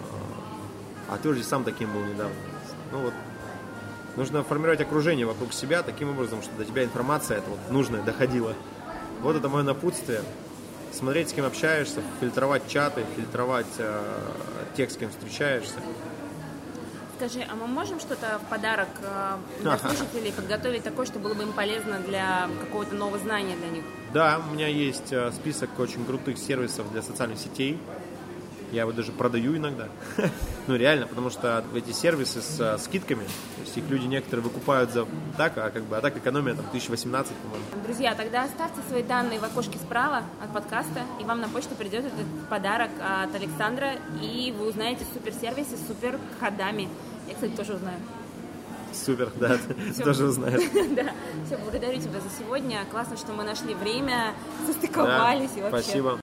А ты уже сам таким был недавно. Ну вот. Нужно формировать окружение вокруг себя таким образом, чтобы до тебя информация эта вот нужная доходила. Вот это мое напутствие. Смотреть, с кем общаешься, фильтровать чаты, фильтровать э, тех, с кем встречаешься. Скажи, а мы можем что-то в подарок для слушателей подготовить такое, что было бы им полезно для какого-то нового знания для них? Да, у меня есть список очень крутых сервисов для социальных сетей. Я его даже продаю иногда. Ну, реально, потому что эти сервисы с скидками, то есть их люди некоторые выкупают за так, а как бы, а так экономия там тысяча восемнадцать, по-моему. Друзья, тогда оставьте свои данные в окошке справа от подкаста, и вам на почту придет этот подарок от Александра, и вы узнаете суперсервисы с супер ходами. Я, кстати, тоже узнаю. Супер, да, ты тоже узнаешь. Да, все, благодарю тебя за сегодня. Классно, что мы нашли время, состыковались и вообще. Спасибо.